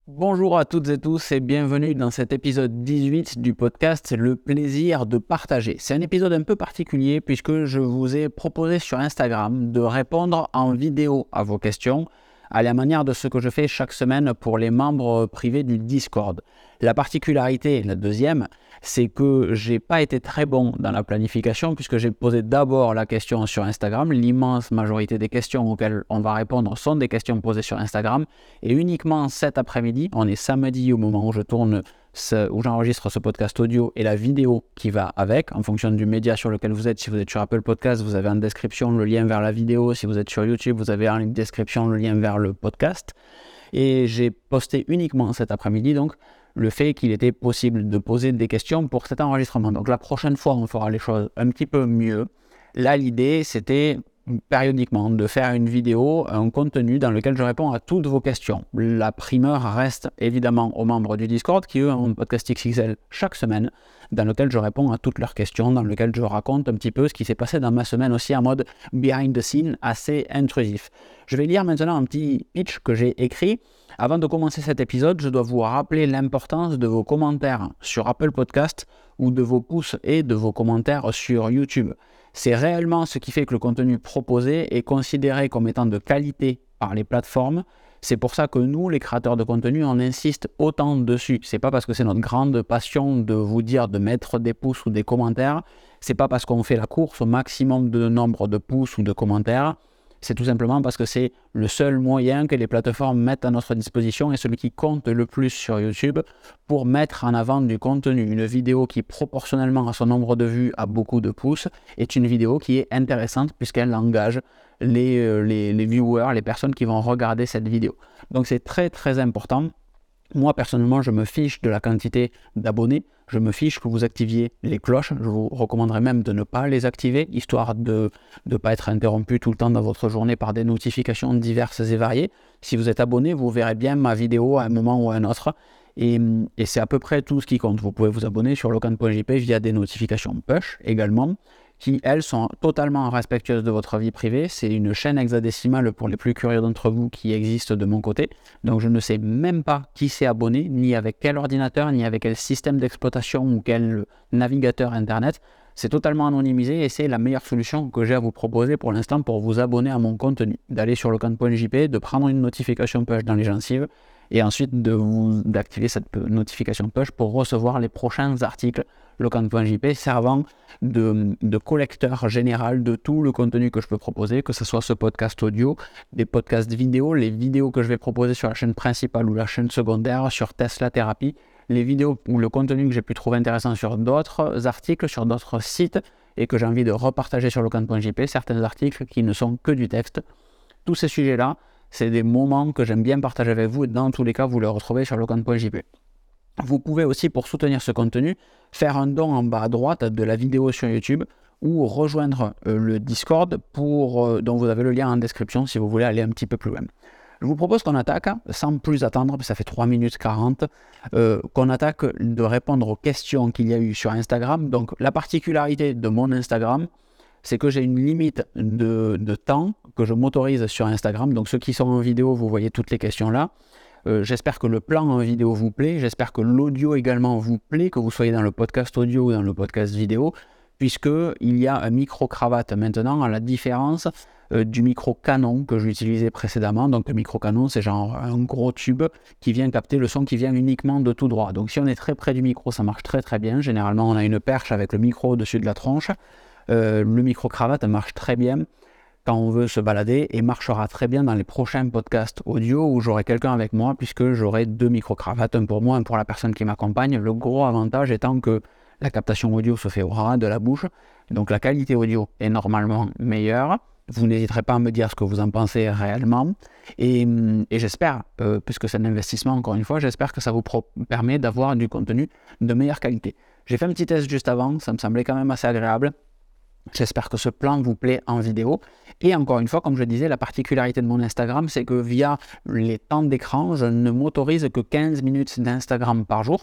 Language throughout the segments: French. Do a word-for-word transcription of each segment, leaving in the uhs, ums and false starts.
Bonjour à toutes et tous et bienvenue dans cet épisode dix-huit du podcast Le plaisir de partager. C'est un épisode un peu particulier puisque je vous ai proposé sur Instagram de répondre en vidéo à vos questions à la manière de ce que je fais chaque semaine pour les membres privés du Discord. La particularité, la deuxième, c'est que j'ai pas été très bon dans la planification puisque j'ai posé d'abord la question sur Instagram. L'immense majorité des questions auxquelles on va répondre sont des questions posées sur Instagram. Et uniquement cet après-midi, on est samedi au moment où je tourne, ce, où j'enregistre ce podcast audio et la vidéo qui va avec, en fonction du média sur lequel vous êtes. Si vous êtes sur Apple Podcast, vous avez en description le lien vers la vidéo. Si vous êtes sur YouTube, vous avez en description le lien vers le podcast. Et j'ai posté uniquement cet après-midi, donc, le fait qu'il était possible de poser des questions pour cet enregistrement. Donc la prochaine fois, on fera les choses un petit peu mieux. Là, l'idée, c'était périodiquement de faire une vidéo, un contenu dans lequel je réponds à toutes vos questions. La primeur reste évidemment aux membres du Discord qui, eux, ont un podcast X X L chaque semaine dans lequel je réponds à toutes leurs questions, dans lequel je raconte un petit peu ce qui s'est passé dans ma semaine aussi en mode behind the scene assez intrusif. Je vais lire maintenant un petit pitch que j'ai écrit. Avant de commencer cet épisode, je dois vous rappeler l'importance de vos commentaires sur Apple Podcast ou de vos pouces et de vos commentaires sur YouTube. C'est réellement ce qui fait que le contenu proposé est considéré comme étant de qualité par les plateformes. C'est pour ça que nous, les créateurs de contenu, on insiste autant dessus. C'est pas parce que c'est notre grande passion de vous dire de mettre des pouces ou des commentaires. C'est pas parce qu'on fait la course au maximum de nombre de pouces ou de commentaires. C'est tout simplement parce que c'est le seul moyen que les plateformes mettent à notre disposition et celui qui compte le plus sur YouTube pour mettre en avant du contenu. Une vidéo qui, proportionnellement à son nombre de vues, a beaucoup de pouces, est une vidéo qui est intéressante puisqu'elle engage les, les, les viewers, les personnes qui vont regarder cette vidéo. Donc c'est très très important. Moi, personnellement, je me fiche de la quantité d'abonnés. Je me fiche que vous activiez les cloches. Je vous recommanderais même de ne pas les activer, histoire de ne pas être interrompu tout le temps dans votre journée par des notifications diverses et variées. Si vous êtes abonné, vous verrez bien ma vidéo à un moment ou à un autre. Et, et c'est à peu près tout ce qui compte. Vous pouvez vous abonner sur locan point j p via des notifications push également, qui, elles, sont totalement respectueuses de votre vie privée. C'est une chaîne hexadécimale pour les plus curieux d'entre vous qui existe de mon côté. Donc je ne sais même pas qui s'est abonné, ni avec quel ordinateur, ni avec quel système d'exploitation ou quel navigateur Internet. C'est totalement anonymisé et c'est la meilleure solution que j'ai à vous proposer pour l'instant pour vous abonner à mon contenu. D'aller sur locan point j p, de prendre une notification push dans les gencives et ensuite de vous, d'activer cette notification push pour recevoir les prochains articles locan point j p servant de, de collecteur général de tout le contenu que je peux proposer, que ce soit ce podcast audio, des podcasts vidéo, les vidéos que je vais proposer sur la chaîne principale ou la chaîne secondaire, sur Tesla Thérapie, les vidéos ou le contenu que j'ai pu trouver intéressant sur d'autres articles, sur d'autres sites et que j'ai envie de repartager sur locan point j p, certains articles qui ne sont que du texte. Tous ces sujets-là, c'est des moments que j'aime bien partager avec vous et dans tous les cas, vous les retrouvez sur locan point j p. Vous pouvez aussi, pour soutenir ce contenu, faire un don en bas à droite de la vidéo sur YouTube ou rejoindre euh, le Discord pour, euh, dont vous avez le lien en description si vous voulez aller un petit peu plus loin. Je vous propose qu'on attaque, sans plus attendre, ça fait trois minutes quarante, euh, qu'on attaque de répondre aux questions qu'il y a eu sur Instagram. Donc la particularité de mon Instagram, c'est que j'ai une limite de, de temps que je m'autorise sur Instagram. Donc ceux qui sont en vidéo, vous voyez toutes les questions là. Euh, j'espère que le plan en vidéo vous plaît, j'espère que l'audio également vous plaît, que vous soyez dans le podcast audio ou dans le podcast vidéo, puisqu'il y a un micro-cravate maintenant, à la différence euh, du micro Canon que j'utilisais précédemment. Donc le micro Canon, c'est genre un gros tube qui vient capter le son qui vient uniquement de tout droit. Donc si on est très près du micro, ça marche très très bien. Généralement, on a une perche avec le micro au-dessus de la tronche. Euh, le micro-cravate marche très bien quand on veut se balader et marchera très bien dans les prochains podcasts audio où j'aurai quelqu'un avec moi puisque j'aurai deux micro-cravates, un pour moi, un pour la personne qui m'accompagne. Le gros avantage étant que la captation audio se fait au ras de la bouche, donc la qualité audio est normalement meilleure. Vous n'hésiterez pas à me dire ce que vous en pensez réellement et, et j'espère, euh, puisque c'est un investissement encore une fois, j'espère que ça vous pro- permet d'avoir du contenu de meilleure qualité. J'ai fait un petit test juste avant, ça me semblait quand même assez agréable. J'espère que ce plan vous plaît en vidéo. Et encore une fois, comme je disais, la particularité de mon Instagram, c'est que via les temps d'écran, je ne m'autorise que quinze minutes d'Instagram par jour.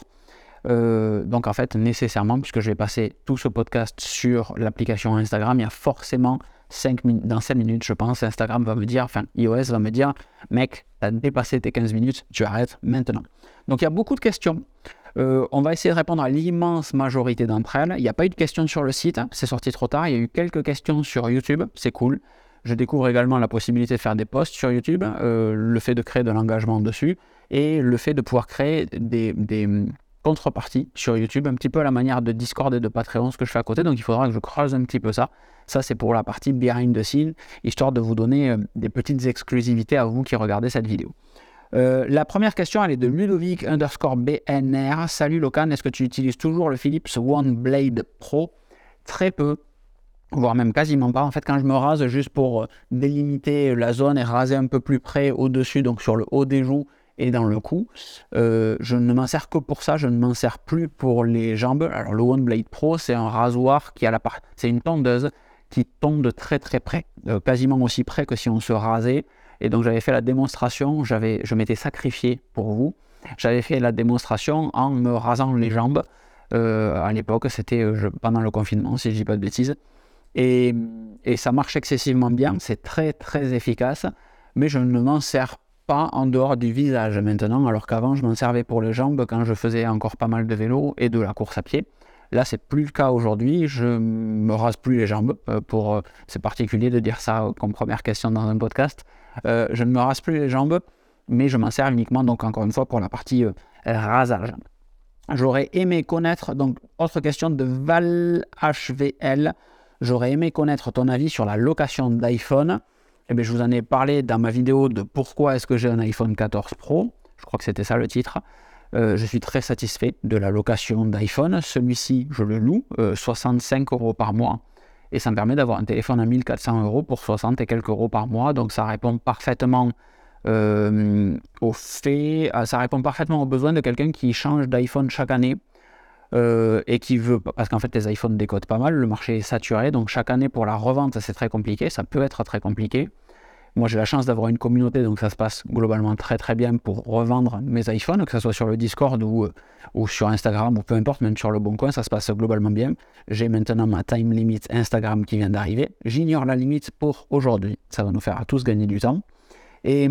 Euh, donc en fait, nécessairement, puisque je vais passer tout ce podcast sur l'application Instagram, il y a forcément cinq min- dans cinq minutes, je pense, Instagram va me dire, enfin iOS va me dire, mec, tu as dépassé tes quinze minutes, tu arrêtes maintenant. Donc il y a beaucoup de questions. Euh, on va essayer de répondre à l'immense majorité d'entre elles. Il n'y a pas eu de questions sur le site, c'est sorti trop tard. Il y a eu quelques questions sur YouTube, c'est cool. Je découvre également la possibilité de faire des posts sur YouTube, euh, le fait de créer de l'engagement dessus et le fait de pouvoir créer des, des contreparties sur YouTube, un petit peu à la manière de Discord et de Patreon, ce que je fais à côté. Donc il faudra que je creuse un petit peu ça. Ça, c'est pour la partie behind the scene, histoire de vous donner euh, des petites exclusivités à vous qui regardez cette vidéo. Euh, la première question, elle est de Ludovic underscore B N R. Salut Locan, est-ce que tu utilises toujours le Philips OneBlade Pro? Très peu, voire même quasiment pas. En fait, quand je me rase juste pour euh, délimiter la zone et raser un peu plus près au-dessus, donc sur le haut des joues et dans le cou, euh, je ne m'en sers que pour ça, je ne m'en sers plus pour les jambes. Alors le OneBlade Pro, c'est un rasoir qui a la part... c'est une tondeuse qui tombe de très très près, euh, quasiment aussi près que si on se rasait. Et donc j'avais fait la démonstration, j'avais, je m'étais sacrifié pour vous. J'avais fait la démonstration en me rasant les jambes. Euh, à l'époque, c'était euh, je, pendant le confinement, si je ne dis pas de bêtises. Et, et ça marche excessivement bien, c'est très très efficace. Mais je ne m'en sers pas en dehors du visage maintenant, alors qu'avant je m'en servais pour les jambes quand je faisais encore pas mal de vélo et de la course à pied. Là, c'est plus le cas aujourd'hui. Je me rase plus les jambes. Euh, pour, euh, c'est particulier de dire ça comme première question dans un podcast. Euh, je ne me rase plus les jambes, mais je m'en sers uniquement, donc encore une fois, pour la partie euh, rasage. J'aurais aimé connaître, donc autre question de Val H V L, j'aurais aimé connaître ton avis sur la location d'iPhone. Eh bien, je vous en ai parlé dans ma vidéo de pourquoi est-ce que j'ai un iPhone quatorze Pro. Je crois que c'était ça le titre. Euh, je suis très satisfait de la location d'iPhone. Celui-ci, je le loue, euh, soixante-cinq euros par mois. Et ça me permet d'avoir un téléphone à mille quatre cents euros pour soixante et quelques euros par mois. Donc ça répond parfaitement euh, au fait, ça répond parfaitement aux besoins de quelqu'un qui change d'iPhone chaque année euh, et qui veut, parce qu'en fait les iPhones décodent pas mal, le marché est saturé. Donc chaque année pour la revente, c'est très compliqué, ça peut être très compliqué. Moi, j'ai la chance d'avoir une communauté, donc ça se passe globalement très très bien pour revendre mes iPhones, que ce soit sur le Discord ou, ou sur Instagram, ou peu importe, même sur le Bon Coin, ça se passe globalement bien. J'ai maintenant ma time limit Instagram qui vient d'arriver. J'ignore la limite pour aujourd'hui. Ça va nous faire à tous gagner du temps. Et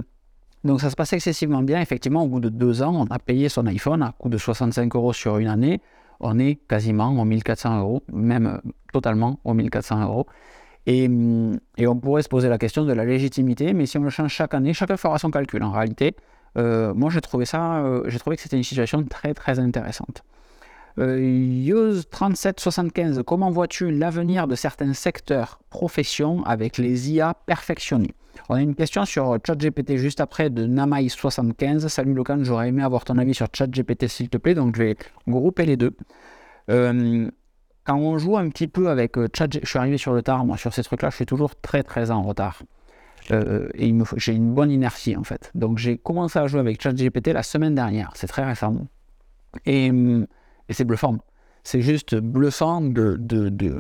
donc ça se passe excessivement bien. Effectivement, au bout de deux ans, on a payé son iPhone à coût de soixante-cinq euros sur une année. On est quasiment aux mille quatre cents euros, même totalement aux mille quatre cents euros. Et, et on pourrait se poser la question de la légitimité, mais si on le change chaque année, chacun fera son calcul. En réalité, euh, moi j'ai trouvé ça, euh, j'ai trouvé que c'était une situation très très intéressante. Euh, Yose trente-sept soixante-quinze, comment vois-tu l'avenir de certains secteurs, professions avec les I A perfectionnées? On a une question sur ChatGPT juste après de Namai soixante-quinze. Salut Locan, j'aurais aimé avoir ton avis sur ChatGPT s'il te plaît, donc je vais grouper les deux. Euh, Quand on joue un petit peu avec euh, ChatGPT, je suis arrivé sur le tard, moi sur ces trucs-là, je suis toujours très très en retard. Euh, et il me faut, j'ai une bonne inertie en fait. Donc j'ai commencé à jouer avec ChatGPT la semaine dernière, c'est très récent. Et, et c'est bluffant. C'est juste bluffant de, de, de,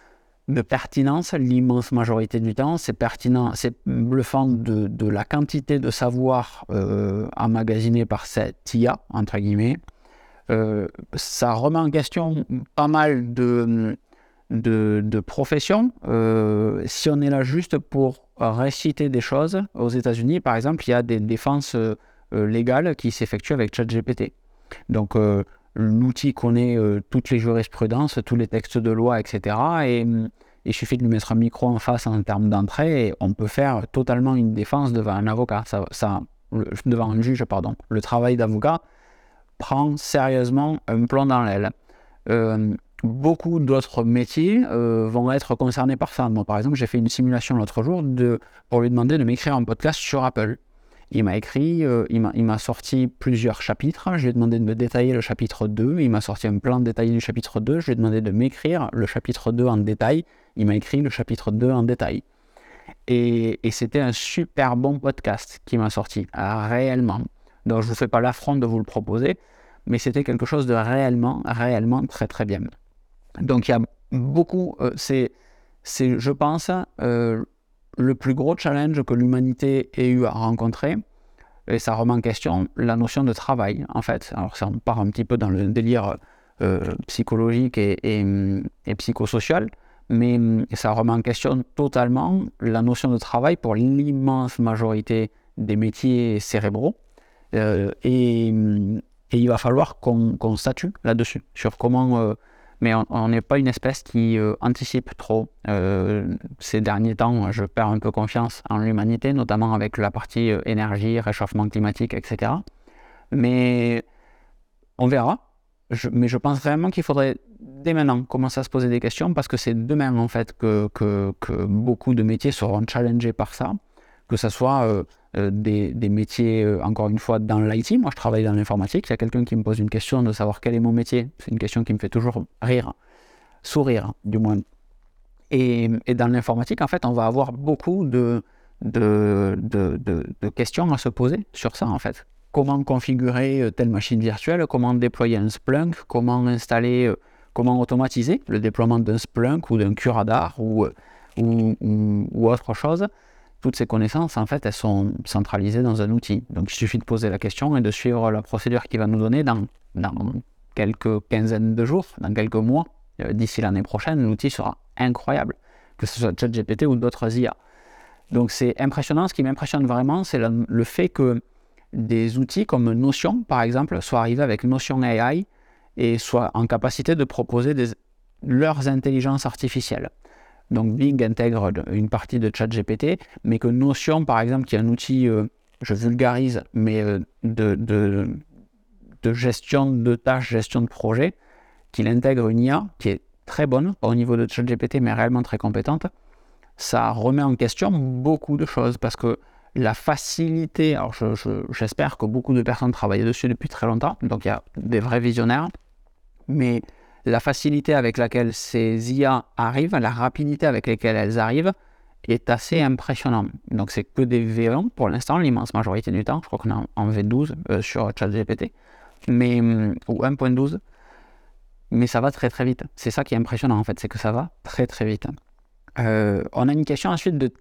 de pertinence, l'immense majorité du temps. C'est pertinent, c'est bluffant de, de la quantité de savoir euh, emmagasiné par cette I A, entre guillemets. Euh, ça remet en question pas mal de, de, de professions. Euh, si on est là juste pour réciter des choses, aux États-Unis, par exemple, il y a des défenses euh, légales qui s'effectuent avec ChatGPT. Donc, euh, l'outil connaît euh, toutes les jurisprudences, tous les textes de loi, et cetera. Et il suffit de lui mettre un micro en face en termes d'entrée et on peut faire totalement une défense devant un avocat, ça, ça, le, devant un juge, pardon. Le travail d'avocat prend sérieusement un plomb dans l'aile. Euh, beaucoup d'autres métiers euh, vont être concernés par ça. Moi, par exemple, j'ai fait une simulation l'autre jour de, pour lui demander de m'écrire un podcast sur Apple. Il m'a écrit, euh, il, m'a, il m'a sorti plusieurs chapitres, je lui ai demandé de me détailler le chapitre deux, il m'a sorti un plan détaillé du chapitre deux, je lui ai demandé de m'écrire le chapitre deux en détail, il m'a écrit le chapitre deux en détail. Et, et c'était un super bon podcast qui m'a sorti, ah, réellement. Donc je ne vous fais pas l'affront de vous le proposer, mais c'était quelque chose de réellement, réellement très très bien. Donc il y a beaucoup, euh, c'est, c'est, je pense, euh, le plus gros challenge que l'humanité ait eu à rencontrer, et ça remet en question la notion de travail, en fait. Alors ça, on part un petit peu dans le délire euh, psychologique et, et, et psychosocial, mais ça remet en question totalement la notion de travail pour l'immense majorité des métiers cérébraux. Euh, et, et il va falloir qu'on, qu'on statue là-dessus, sur comment... Euh, mais on n'est pas une espèce qui euh, anticipe trop. Euh, ces derniers temps, je perds un peu confiance en l'humanité, notamment avec la partie euh, énergie, réchauffement climatique, et cetera. Mais on verra. Je, mais je pense vraiment qu'il faudrait dès maintenant commencer à se poser des questions, parce que c'est demain en fait que, que, que beaucoup de métiers seront challengés par ça, que ce soit euh, euh, des, des métiers, euh, encore une fois, dans l'I T. Moi, je travaille dans l'informatique. Il y a quelqu'un qui me pose une question de savoir quel est mon métier. C'est une question qui me fait toujours rire, sourire du moins. Et, et dans l'informatique, en fait, on va avoir beaucoup de, de, de, de, de questions à se poser sur ça, en fait. Comment configurer telle machine virtuelle, comment déployer un Splunk, comment installer, euh, comment automatiser le déploiement d'un Splunk ou d'un QRadar ou, ou, ou, ou autre chose. Toutes ces connaissances, en fait, elles sont centralisées dans un outil. Donc, il suffit de poser la question et de suivre la procédure qu'il va nous donner dans, dans quelques quinzaines de jours, dans quelques mois. Euh, d'ici l'année prochaine, l'outil sera incroyable, que ce soit ChatGPT ou d'autres I A. Donc, c'est impressionnant. Ce qui m'impressionne vraiment, c'est le, le fait que des outils comme Notion, par exemple, soient arrivés avec Notion A I et soient en capacité de proposer des, leurs intelligences artificielles. Donc Bing intègre une partie de ChatGPT, mais que Notion, par exemple, qui est un outil, euh, je vulgarise, mais euh, de, de, de gestion de tâches, gestion de projet, qu'il intègre une I A qui est très bonne, pas au niveau de ChatGPT, mais réellement très compétente, ça remet en question beaucoup de choses, parce que la facilité, alors je, je, j'espère que beaucoup de personnes travaillent dessus depuis très longtemps, donc il y a des vrais visionnaires, mais la facilité avec laquelle ces I A arrivent, la rapidité avec laquelle elles arrivent, est assez impressionnante. Donc c'est que des V un pour l'instant, l'immense majorité du temps. Je crois qu'on est en V douze euh, sur ChatGPT, mais, ou un point douze, mais ça va très très vite. C'est ça qui est impressionnant en fait, c'est que ça va très très vite. Euh, on a une question ensuite de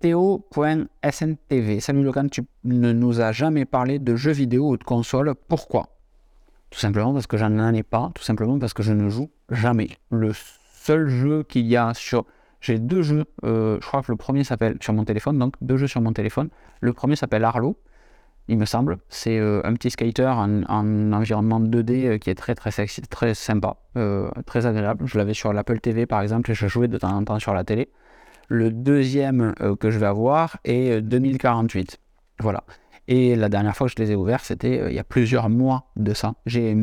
Théo.sntv. Salut Logan, tu ne nous as jamais parlé de jeux vidéo ou de console, pourquoi ? Tout simplement parce que je n'en ai pas, tout simplement parce que je ne joue jamais. Le seul jeu qu'il y a sur... J'ai deux jeux, euh, je crois que le premier s'appelle sur mon téléphone, donc deux jeux sur mon téléphone. Le premier s'appelle Arlo, il me semble. C'est euh, un petit skater en, en environnement deux D euh, qui est très très sexy, très sympa, euh, très agréable. Je l'avais sur l'Apple T V par exemple et je jouais de temps en temps sur la télé. Le deuxième euh, que je vais avoir est euh, deux mille quarante-huit. Voilà. Et la dernière fois que je les ai ouverts, c'était euh, il y a plusieurs mois de ça. J'ai,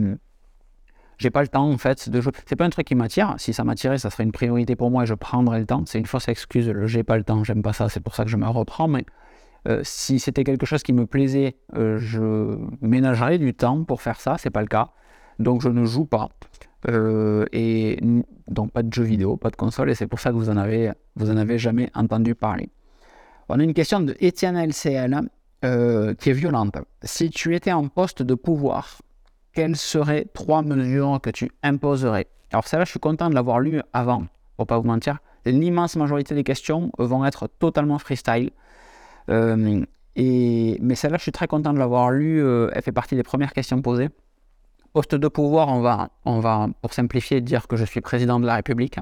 j'ai pas le temps en fait de jouer. C'est pas un truc qui m'attire. Si ça m'attirait, ça serait une priorité pour moi et je prendrais le temps. C'est une fausse excuse. Le j'ai pas le temps, j'aime pas ça. C'est pour ça que je me reprends. Mais euh, si c'était quelque chose qui me plaisait, euh, je ménagerais du temps pour faire ça. C'est pas le cas. Donc je ne joue pas. Euh, et donc pas de jeux vidéo, pas de console. Et c'est pour ça que vous en avez, vous en avez jamais entendu parler. On a une question de Étienne L C L. Euh, qui est violente. Si tu étais en poste de pouvoir, quelles seraient trois mesures que tu imposerais ? Alors celle-là, je suis content de l'avoir lu avant, pour pas vous mentir. L'immense majorité des questions vont être totalement freestyle. Euh, et, mais celle-là, je suis très content de l'avoir lu. Euh, elle fait partie des premières questions posées. Poste de pouvoir, on va, on va, pour simplifier, dire que je suis président de la République.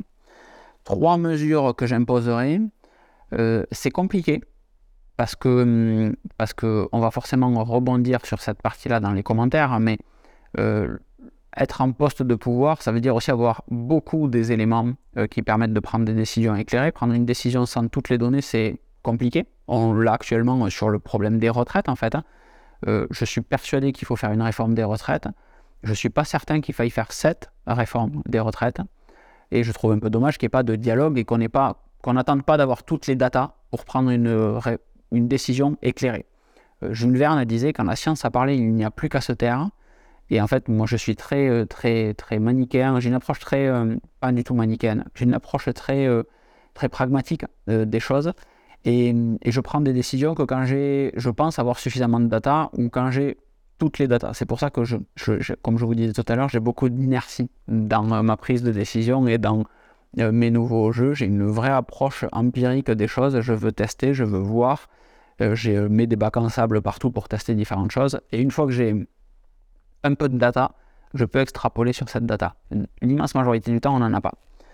Trois mesures que j'imposerais, euh, c'est compliqué. Parce que, parce que on va forcément rebondir sur cette partie-là dans les commentaires, mais euh, être en poste de pouvoir, ça veut dire aussi avoir beaucoup des éléments euh, qui permettent de prendre des décisions éclairées. Prendre une décision sans toutes les données, c'est compliqué. On l'a actuellement sur le problème des retraites, en fait. Hein. Euh, je suis persuadé qu'il faut faire une réforme des retraites. Je ne suis pas certain qu'il faille faire cette réforme des retraites. Et je trouve un peu dommage qu'il n'y ait pas de dialogue et qu'on n'ait pas, qu'on n'attende pas d'avoir toutes les datas pour prendre une réforme. Une décision éclairée. Euh, Jules Verne disait quand la science a parlé, il n'y a plus qu'à se taire. Et en fait, moi, je suis très, très, très manichéen. J'ai une approche très, euh, pas du tout manichéenne. J'ai une approche très, euh, très pragmatique euh, des choses. Et, et je prends des décisions que quand j'ai, je pense avoir suffisamment de data ou quand j'ai toutes les datas. C'est pour ça que, je, je, je, comme je vous disais tout à l'heure, j'ai beaucoup d'inertie dans euh, ma prise de décision et dans euh, mes nouveaux jeux. J'ai une vraie approche empirique des choses. Je veux tester, je veux voir. Euh, j'ai mis des bacs en sable partout pour tester différentes choses. Et une fois que j'ai un peu de data, je peux extrapoler sur cette data. L'immense majorité du temps, on n'en a pas.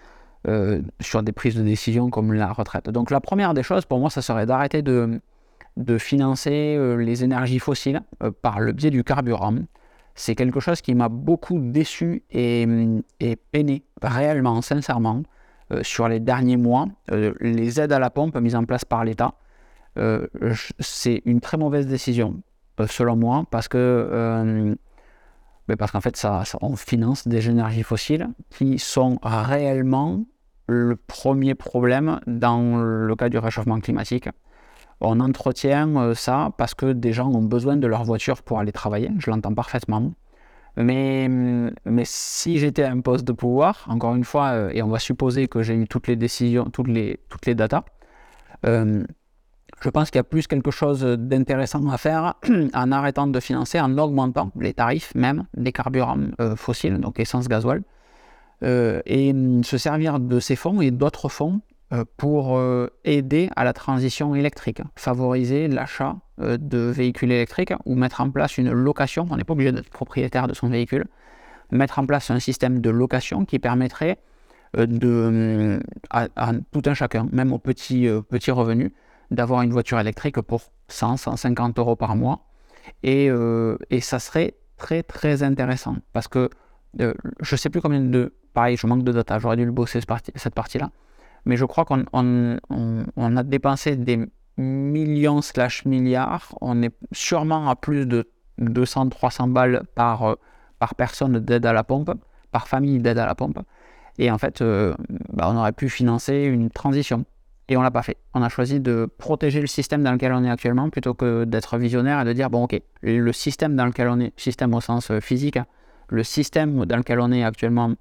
euh, sur des prises de décision comme la retraite. Donc la première des choses pour moi, ça serait d'arrêter de, de financer euh, les énergies fossiles euh, par le biais du carburant. C'est quelque chose qui m'a beaucoup déçu et, et peiné réellement, sincèrement, euh, sur les derniers mois. Euh, les aides à la pompe mises en place par l'État, euh, c'est une très mauvaise décision, euh, selon moi, parce que euh, ben parce qu'en fait, ça, ça, on finance des énergies fossiles qui sont réellement le premier problème dans le cas du réchauffement climatique. On entretient euh, ça parce que des gens ont besoin de leur voiture pour aller travailler, je l'entends parfaitement. Mais, mais si j'étais à un poste de pouvoir, encore une fois, euh, et on va supposer que j'ai eu toutes les décisions, toutes les, toutes les datas, euh, je pense qu'il y a plus quelque chose d'intéressant à faire en arrêtant de financer, en augmentant les tarifs même des carburants euh, fossiles, donc essence, gasoil, euh, et se servir de ces fonds et d'autres fonds euh, pour euh, aider à la transition électrique, favoriser l'achat euh, de véhicules électriques ou mettre en place une location. On n'est pas obligé d'être propriétaire de son véhicule. Mettre en place un système de location qui permettrait euh, de, à, à tout un chacun, même aux petits, euh, petits revenus, d'avoir une voiture électrique pour cent, cent cinquante euros par mois. Et, euh, et ça serait très, très intéressant. Parce que euh, je ne sais plus combien de... Pareil, je manque de data, j'aurais dû le bosser cette, partie, cette partie-là. Mais je crois qu'on on, on, on a dépensé des millions slash milliards. On est sûrement à plus de deux cents à trois cents balles par, par personne d'aide à la pompe, par famille d'aide à la pompe. Et en fait, euh, bah, on aurait pu financer une transition. Et on ne l'a pas fait. On a choisi de protéger le système dans lequel on est actuellement plutôt que d'être visionnaire et de dire, bon ok, le système dans lequel on est, système au sens physique, hein, le système dans lequel on est actuellement,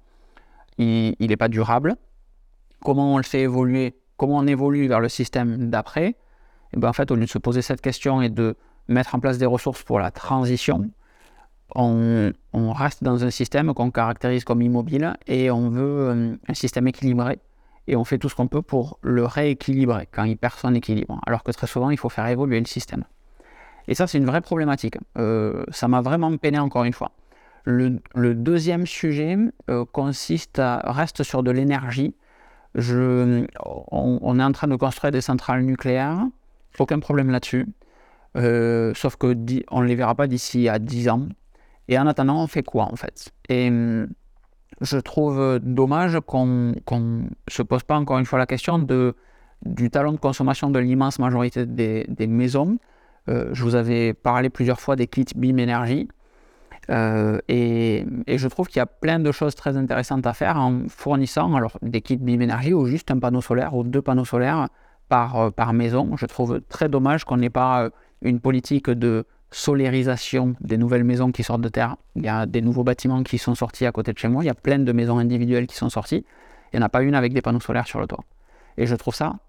il n'est pas durable. Comment on le fait évoluer, comment on évolue vers le système d'après, et ben en fait, au lieu de se poser cette question et de mettre en place des ressources pour la transition, on, on reste dans un système qu'on caractérise comme immobile et on veut un, un système équilibré. Et on fait tout ce qu'on peut pour le rééquilibrer quand il perd son équilibre. Alors que très souvent, il faut faire évoluer le système. Et ça, c'est une vraie problématique. Euh, ça m'a vraiment peiné encore une fois. Le, le deuxième sujet euh, consiste à, reste sur de l'énergie. Je, on, on est en train de construire des centrales nucléaires. Aucun problème là-dessus. Euh, sauf qu'on ne les verra pas d'ici à dix ans. Et en attendant, on fait quoi en fait? Et je trouve dommage qu'on ne se pose pas encore une fois la question de, du talon de consommation de l'immense majorité des, des maisons. Euh, je vous avais parlé plusieurs fois des kits B I M Énergie euh, et, et je trouve qu'il y a plein de choses très intéressantes à faire en fournissant alors, des kits B I M Énergie ou juste un panneau solaire ou deux panneaux solaires par, par maison. Je trouve très dommage qu'on n'ait pas une politique de solarisation des nouvelles maisons qui sortent de terre. Il y a des nouveaux bâtiments qui sont sortis à côté de chez moi. Il y a plein de maisons individuelles qui sont sorties. Il n'y en a pas une avec des panneaux solaires sur le toit. Et je trouve ça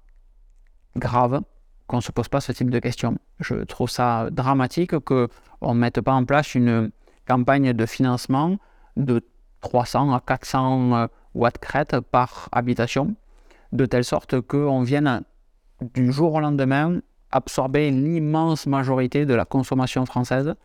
grave qu'on ne se pose pas ce type de questions. Je trouve ça dramatique qu'on ne mette pas en place une campagne de financement de trois cents à quatre cents watts crête par habitation, de telle sorte qu'on vienne du jour au lendemain absorber l'immense majorité de la consommation française.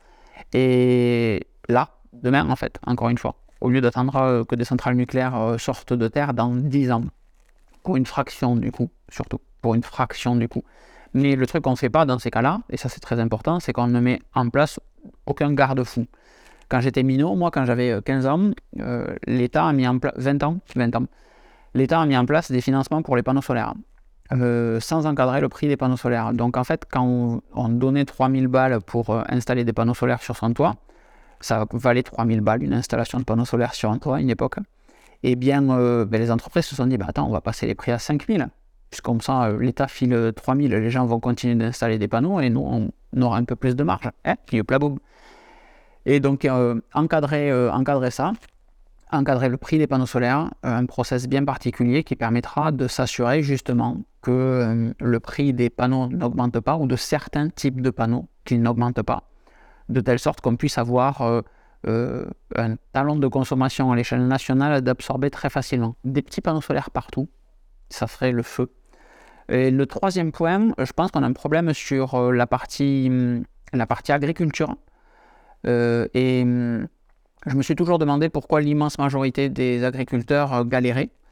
Et là, demain, en fait, encore une fois, au lieu d'attendre que des centrales nucléaires sortent de terre dans dix ans, pour une fraction du coût, surtout, pour une fraction du coût. Mais le truc qu'on ne fait pas dans ces cas-là, et ça c'est très important, c'est qu'on ne met en place aucun garde-fou. Quand j'étais minot, moi, quand j'avais quinze ans, euh, l'État a mis en place, vingt ans, vingt ans, l'État a mis en place des financements pour les panneaux solaires. Euh, sans encadrer le prix des panneaux solaires. Donc en fait, quand on, on donnait trois mille balles pour euh, installer des panneaux solaires sur son toit, ça valait trois mille balles, une installation de panneaux solaires sur un toit à une époque, et bien, euh, ben, les entreprises se sont dit, bah, attends, on va passer les prix à cinq mille, puisqu'on sent euh, l'État file trois mille, les gens vont continuer d'installer des panneaux, et nous, on, on aura un peu plus de marge. Hein, boum. Et donc, euh, encadrer, euh, encadrer ça, encadrer le prix des panneaux solaires, un process bien particulier qui permettra de s'assurer justement que euh, le prix des panneaux n'augmente pas ou de certains types de panneaux qu'ils n'augmentent pas, de telle sorte qu'on puisse avoir euh, euh, un talon de consommation à l'échelle nationale d'absorber très facilement. Des petits panneaux solaires partout, ça ferait le feu. Et le troisième point, je pense qu'on a un problème sur euh, la, partie, la partie agriculture. Euh, et je me suis toujours demandé pourquoi l'immense majorité des agriculteurs galéraient.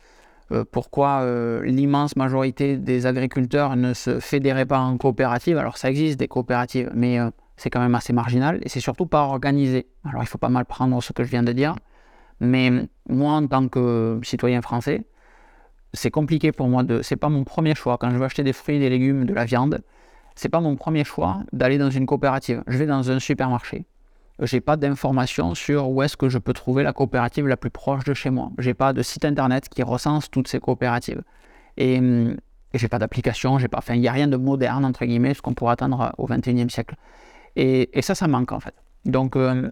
euh, pourquoi euh, l'immense majorité des agriculteurs ne se fédéraient pas en coopérative. Alors ça existe des coopératives, mais euh, c'est quand même assez marginal et c'est surtout pas organisé. Alors il faut pas mal prendre ce que je viens de dire, mais moi en tant que citoyen français, c'est compliqué pour moi de... C'est pas mon premier choix. Quand je veux acheter des fruits, des légumes, de la viande, c'est pas mon premier choix d'aller dans une coopérative. Je vais dans un supermarché. J'ai pas d'informations sur où est-ce que je peux trouver la coopérative la plus proche de chez moi. J'ai pas de site internet qui recense toutes ces coopératives. Et, et j'ai pas d'application, j'ai pas... Enfin, il n'y a rien de moderne, entre guillemets, ce qu'on pourrait attendre au vingt et unième siècle. Et, et ça, ça manque en fait. Donc, euh,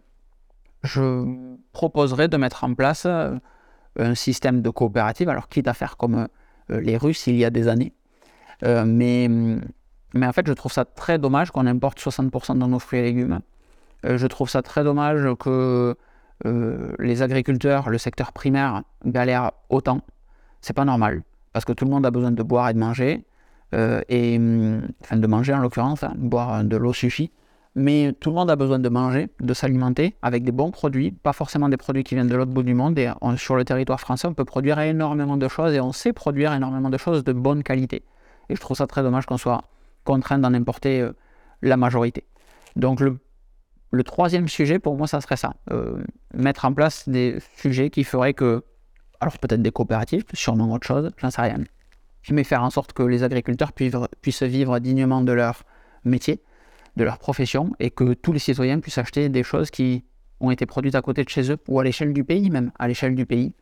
je proposerais de mettre en place euh, un système de coopérative, alors quitte à faire comme euh, les Russes il y a des années. Euh, mais, mais en fait, je trouve ça très dommage qu'on importe soixante pour cent de nos fruits et légumes. Euh, je trouve ça très dommage que euh, les agriculteurs, le secteur primaire, galèrent autant. C'est pas normal, parce que tout le monde a besoin de boire et de manger, euh, et, enfin de manger en l'occurrence, hein, boire de l'eau suffit. Mais tout le monde a besoin de manger, de s'alimenter avec des bons produits, pas forcément des produits qui viennent de l'autre bout du monde. Et on, sur le territoire français, on peut produire énormément de choses et on sait produire énormément de choses de bonne qualité. Et je trouve ça très dommage qu'on soit contraint d'en importer euh, la majorité. Donc le, le troisième sujet, pour moi, ça serait ça. Euh, mettre en place des sujets qui feraient que, alors peut-être des coopératives, sûrement autre chose, j'en sais rien. Mais faire en sorte que les agriculteurs puissent, puissent vivre dignement de leur métier, de leur profession, et que tous les citoyens puissent acheter des choses qui ont été produites à côté de chez eux, ou à l'échelle du pays même, à l'échelle du pays,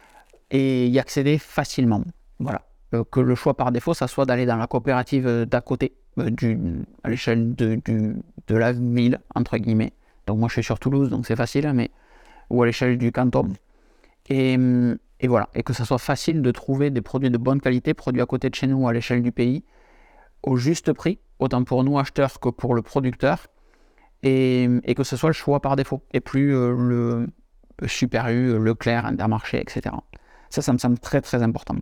et y accéder facilement. Voilà. Euh, que le choix par défaut, ça soit d'aller dans la coopérative d'à côté, euh, du, à l'échelle de, du, de la ville, entre guillemets. Donc moi je suis sur Toulouse, donc c'est facile, mais ou à l'échelle du canton. Et, et voilà. Et que ça soit facile de trouver des produits de bonne qualité, produits à côté de chez nous ou à l'échelle du pays, au juste prix, autant pour nous acheteurs que pour le producteur, et, et que ce soit le choix par défaut, et plus euh, le Super U, Leclerc, Intermarché, et cetera. Ça, ça me semble très très important.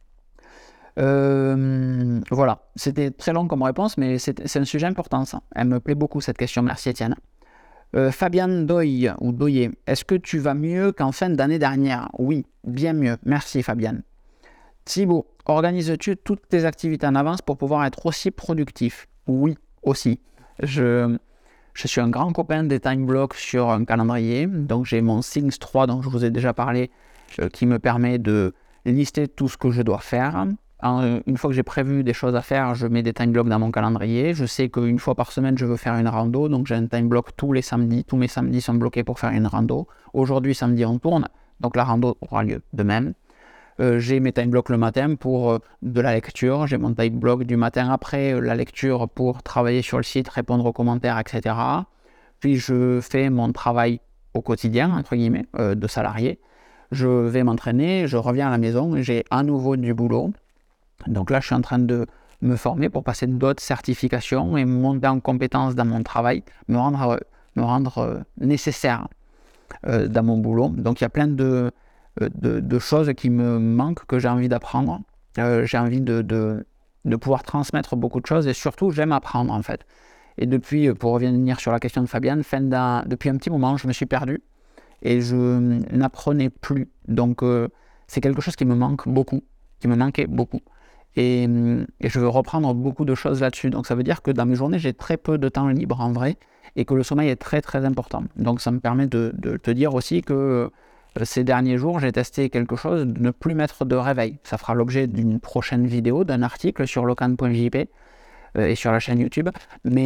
Euh, voilà, c'était très long comme réponse, mais c'est, c'est un sujet important ça. Elle me plaît beaucoup cette question, merci Étienne. Euh, Fabian Doye, ou Doye, est-ce que tu vas mieux qu'en fin d'année dernière? Oui, bien mieux, merci Fabian. Thibaut, organises-tu toutes tes activités en avance pour pouvoir être aussi productif? Oui, aussi. Je, je suis un grand copain des time blocks sur un calendrier. Donc j'ai mon Things trois dont je vous ai déjà parlé, euh, qui me permet de lister tout ce que je dois faire. En, une fois que j'ai prévu des choses à faire, je mets des time blocks dans mon calendrier. Je sais qu'une fois par semaine, je veux faire une rando. Donc j'ai un time block tous les samedis. Tous mes samedis sont bloqués pour faire une rando. Aujourd'hui, samedi, on tourne. Donc la rando aura lieu de même. Euh, j'ai mes time blocks le matin pour euh, de la lecture, j'ai mon time block du matin après euh, la lecture pour travailler sur le site, répondre aux commentaires, et cetera. Puis je fais mon travail au quotidien, entre guillemets, euh, de salarié. Je vais m'entraîner, je reviens à la maison, j'ai à nouveau du boulot. Donc là, je suis en train de me former pour passer d'autres certifications et monter en compétences dans mon travail, me rendre, me rendre euh, nécessaire euh, dans mon boulot. Donc il y a plein de... De, de choses qui me manquent, que j'ai envie d'apprendre. Euh, j'ai envie de, de, de pouvoir transmettre beaucoup de choses et surtout, j'aime apprendre en fait. Et depuis, pour revenir sur la question de Fabienne, fin depuis un petit moment, je me suis perdu et je n'apprenais plus. Donc, euh, c'est quelque chose qui me manque beaucoup, qui me manquait beaucoup. Et, et je veux reprendre beaucoup de choses là-dessus. Donc, ça veut dire que dans mes journées, j'ai très peu de temps libre en vrai et que le sommeil est très très important. Donc, ça me permet de, de te dire aussi que ces derniers jours, j'ai testé quelque chose de ne plus mettre de réveil. Ça fera l'objet d'une prochaine vidéo, d'un article sur locan point j p euh, et sur la chaîne YouTube. Mais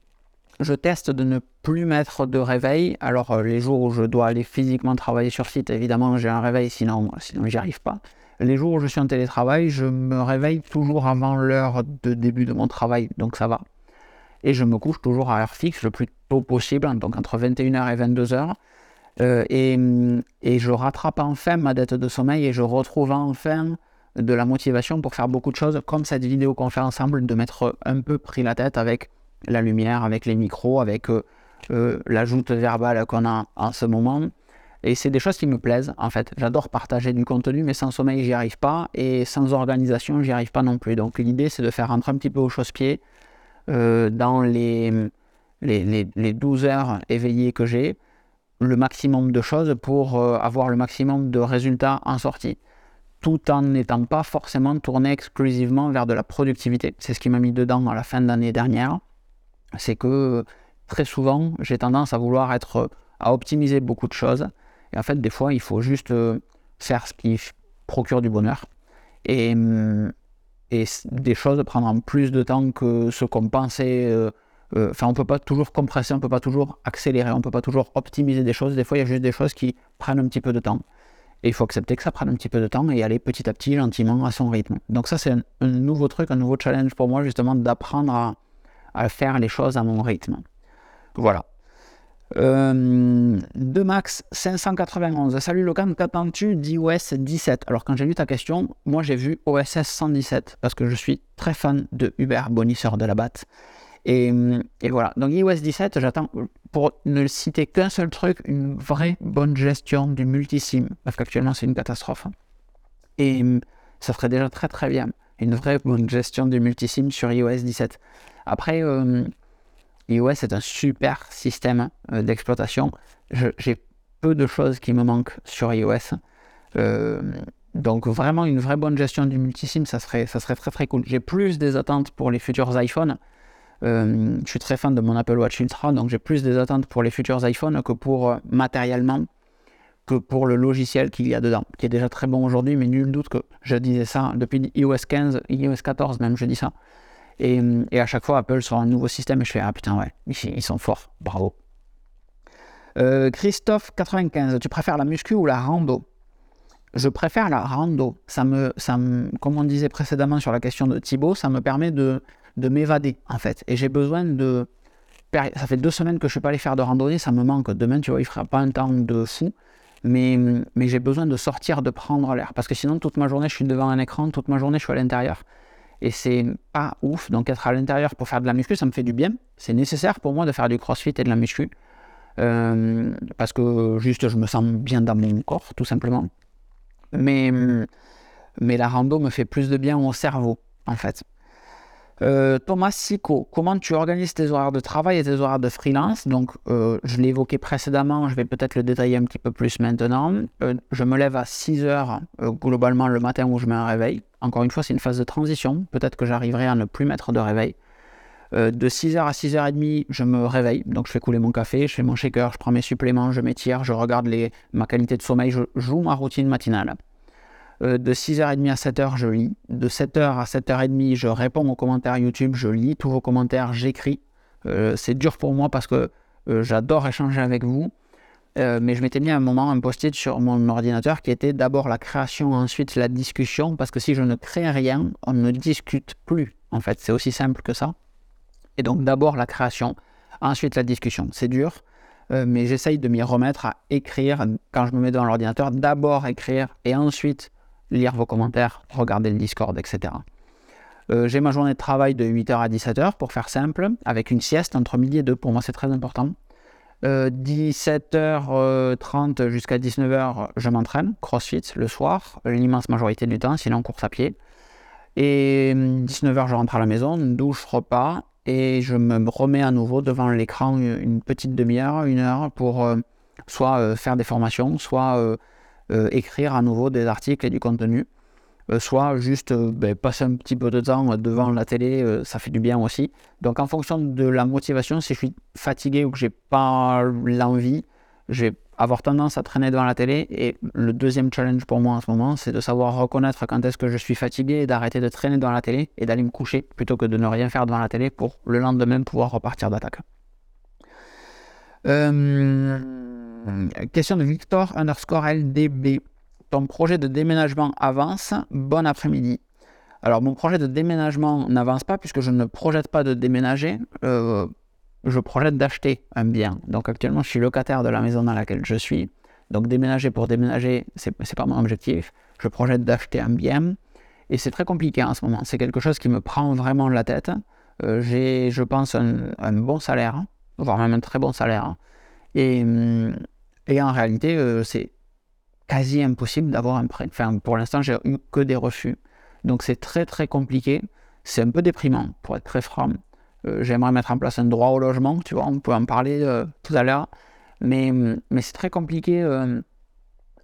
je teste de ne plus mettre de réveil. Alors, euh, les jours où je dois aller physiquement travailler sur site, évidemment, j'ai un réveil, sinon, sinon j'y arrive pas. Les jours où je suis en télétravail, je me réveille toujours avant l'heure de début de mon travail, donc ça va. Et je me couche toujours à heure fixe, le plus tôt possible, donc entre vingt et une heures et vingt-deux heures. Euh, et, et je rattrape enfin ma dette de sommeil et je retrouve enfin de la motivation pour faire beaucoup de choses comme cette vidéo qu'on fait ensemble, de m'être un peu pris la tête avec la lumière, avec les micros, avec euh, euh, l'ajoute verbale qu'on a en ce moment. Et c'est des choses qui me plaisent en fait. J'adore partager du contenu, mais sans sommeil j'y arrive pas et sans organisation j'y arrive pas non plus. Donc l'idée c'est de faire rentrer un petit peu au chausse-pied euh, dans les, les, les, les douze heures éveillées que j'ai, le maximum de choses pour euh, avoir le maximum de résultats en sortie. tout en n'étant pas forcément tourné exclusivement vers de la productivité. C'est ce qui m'a mis dedans à la fin de l'année dernière. C'est que très souvent, j'ai tendance à vouloir être, à optimiser beaucoup de choses. Et en fait, des fois, il faut juste faire ce qui procure du bonheur. Et, et des choses prendront plus de temps que ce qu'on pensait. Euh, euh, enfin, on ne peut pas toujours compresser, on ne peut pas toujours accélérer, on ne peut pas toujours optimiser des choses. Des fois, il y a juste des choses qui prennent un petit peu de temps. Et il faut accepter que ça prenne un petit peu de temps et aller petit à petit, gentiment, à son rythme. Donc ça, c'est un, un nouveau truc, un nouveau challenge pour moi, justement, d'apprendre à, à faire les choses à mon rythme. Voilà. Euh, de Max cinq cent quatre-vingt-onze. Salut Logan, qu'attends-tu d'iOS dix-sept? Alors quand j'ai lu ta question, moi j'ai vu O S S cent dix-sept parce que je suis très fan de Hubert, bonisseur de la batte. Et, et voilà, donc iOS dix-sept, j'attends, pour ne citer qu'un seul truc, une vraie bonne gestion du multisim, parce qu'actuellement c'est une catastrophe. Et ça serait déjà très très bien, une vraie bonne gestion du multisim sur iOS dix-sept. Après, euh, iOS est un super système euh, d'exploitation. Je, j'ai peu de choses qui me manquent sur iOS. Euh, donc vraiment une vraie bonne gestion du multisim, ça serait, ça serait très très cool. J'ai plus des attentes pour les futurs iPhones. Euh, je suis très fan de mon Apple Watch Ultra, donc j'ai plus des attentes pour les futurs iPhones que pour euh, matériellement, que pour le logiciel qu'il y a dedans, qui est déjà très bon aujourd'hui, mais nul doute que je disais ça depuis iOS quinze, iOS quatorze même, je dis ça. Et, et à chaque fois, Apple sort un nouveau système et je fais ah putain ouais, ils, ils sont forts, bravo. Euh, Christophe quatre-vingt-quinze, tu préfères la muscu ou la rando? Je préfère la rando. Ça me, ça me, comme on disait précédemment sur la question de Thibaut, ça me permet de de m'évader en fait, et j'ai besoin de, ça fait deux semaines que je ne suis pas allé faire de randonnée, ça me manque. Demain tu vois il ne fera pas un temps de fou, mais, mais j'ai besoin de sortir, de prendre l'air, parce que sinon toute ma journée je suis devant un écran, toute ma journée je suis à l'intérieur, et c'est pas ouf. Donc être à l'intérieur pour faire de la muscu, ça me fait du bien, c'est nécessaire pour moi de faire du crossfit et de la muscu, euh, parce que juste je me sens bien dans mon corps tout simplement, mais, mais la rando me fait plus de bien au cerveau en fait. Euh, Thomas Sico, comment tu organises tes horaires de travail et tes horaires de freelance? Donc, euh, je l'ai évoqué précédemment, je vais peut-être le détailler un petit peu plus maintenant. Euh, je me lève à six heures euh, globalement le matin où je mets un réveil. Encore une fois, c'est une phase de transition. Peut-être que j'arriverai à ne plus mettre de réveil. Euh, de six heures à six heures trente, je me réveille. Donc, je fais couler mon café, je fais mon shaker, je prends mes suppléments, je m'étire, je regarde les, ma qualité de sommeil, je joue ma routine matinale. De six heures trente à sept heures, je lis. De sept heures à sept heures trente, je réponds aux commentaires YouTube, je lis tous vos commentaires, j'écris. Euh, c'est dur pour moi parce que euh, j'adore échanger avec vous. Euh, mais je m'étais mis à un moment un post-it sur mon ordinateur qui était d'abord la création, ensuite la discussion. Parce que si je ne crée rien, on ne discute plus. En fait, c'est aussi simple que ça. Et donc d'abord la création, ensuite la discussion. C'est dur. Euh, mais j'essaye de m'y remettre à écrire quand je me mets devant l'ordinateur. D'abord écrire et ensuite lire vos commentaires, regarder le Discord, et cetera. Euh, j'ai ma journée de travail de huit heures à dix-sept heures, pour faire simple, avec une sieste entre midi et deux. Pour moi, c'est très important. Euh, dix-sept heures trente jusqu'à dix-neuf heures, je m'entraîne, crossfit, le soir, l'immense majorité du temps, sinon course à pied. Et dix-neuf heures, je rentre à la maison, douche, repas, et je me remets à nouveau devant l'écran une petite demi-heure, une heure, pour euh, soit euh, faire des formations, soit... Euh, Euh, écrire à nouveau des articles et du contenu, euh, soit juste euh, ben, passer un petit peu de temps devant la télé, euh, ça fait du bien aussi. Donc en fonction de la motivation, si je suis fatigué ou que j'ai pas l'envie, je vais avoir tendance à traîner devant la télé. Et le deuxième challenge pour moi en ce moment, c'est de savoir reconnaître quand est-ce que je suis fatigué et d'arrêter de traîner devant la télé et d'aller me coucher plutôt que de ne rien faire devant la télé pour le lendemain pouvoir repartir d'attaque. Euh... Question de Victor underscore L D B. Ton projet de déménagement avance? Bon après-midi. Alors, mon projet de déménagement n'avance pas puisque je ne projette pas de déménager. Euh, je projette d'acheter un bien. Donc, actuellement, je suis locataire de la maison dans laquelle je suis. Donc, déménager pour déménager, c'est, c'est pas mon objectif. Je projette d'acheter un bien. Et c'est très compliqué en ce moment. C'est quelque chose qui me prend vraiment la tête. Euh, j'ai, je pense, un, un bon salaire, voire même un très bon salaire. Et... Et en réalité, euh, c'est quasi impossible d'avoir un prêt. Enfin, pour l'instant, j'ai eu que des refus. Donc, c'est très, très compliqué. C'est un peu déprimant, pour être très franc. Euh, j'aimerais mettre en place un droit au logement, tu vois, on peut en parler euh, tout à l'heure. Mais, mais c'est très compliqué euh,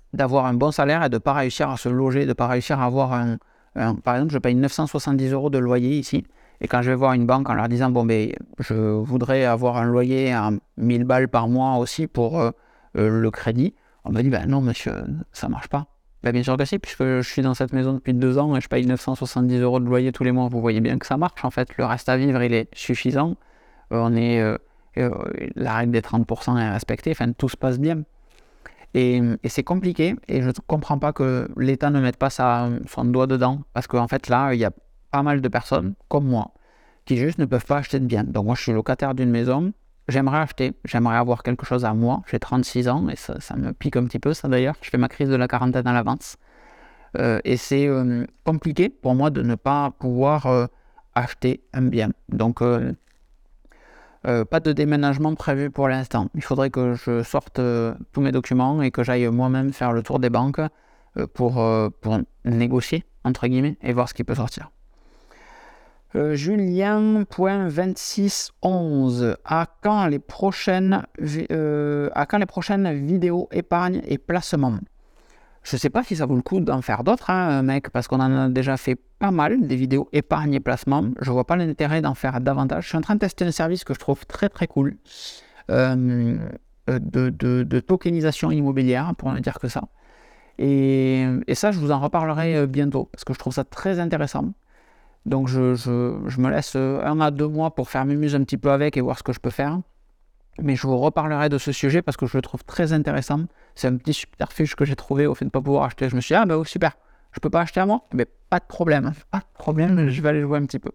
d'avoir un bon salaire et de ne pas réussir à se loger, de ne pas réussir à avoir un, un... Par exemple, je paye neuf cent soixante-dix euros de loyer ici, et quand je vais voir une banque en leur disant « Bon, ben, je voudrais avoir un loyer à mille balles par mois aussi pour euh, euh, le crédit », on me dit ben, « Non, monsieur, ça ne marche pas. » Ben, bien sûr que si, puisque je suis dans cette maison depuis deux ans et je paye neuf cent soixante-dix euros de loyer tous les mois. Vous voyez bien que ça marche, en fait. Le reste à vivre, il est suffisant. Euh, on est, euh, euh, la règle des trente pour cent est respectée. Enfin, tout se passe bien. Et, et c'est compliqué. Et je ne comprends pas que l'État ne mette pas sa, son doigt dedans. Parce qu'en fait, là, il y a pas mal de personnes, comme moi, qui juste ne peuvent pas acheter de biens. Donc, moi, je suis locataire d'une maison. J'aimerais acheter, j'aimerais avoir quelque chose à moi. J'ai trente-six ans et ça, ça me pique un petit peu, ça d'ailleurs. Je fais ma crise de la quarantaine à l'avance. Euh, et c'est euh, compliqué pour moi de ne pas pouvoir euh, acheter un bien. Donc, euh, euh, pas de déménagement prévu pour l'instant. Il faudrait que je sorte euh, tous mes documents et que j'aille moi-même faire le tour des banques euh, pour, euh, pour négocier, entre guillemets, et voir ce qui peut sortir. Euh, Julien point vingt-six onze. À quand les prochaines euh, à quand les prochaines vidéos épargne et placement? Je sais pas si ça vaut le coup d'en faire d'autres, hein, mec, parce qu'on en a déjà fait pas mal des vidéos épargne et placement. Je vois pas l'intérêt d'en faire davantage. Je suis en train de tester un service que je trouve très très cool euh, de, de, de tokenisation immobilière, pour ne dire que ça. Et, et ça, je vous en reparlerai bientôt parce que je trouve ça très intéressant. Donc je, je, je me laisse un à deux mois pour faire m'amuser un petit peu avec et voir ce que je peux faire. Mais je vous reparlerai de ce sujet parce que je le trouve très intéressant. C'est un petit subterfuge que j'ai trouvé au fait de ne pas pouvoir acheter. Je me suis dit, ah ben oh, super, je peux pas acheter à moi? Mais pas de problème, pas de problème, je vais aller jouer un petit peu.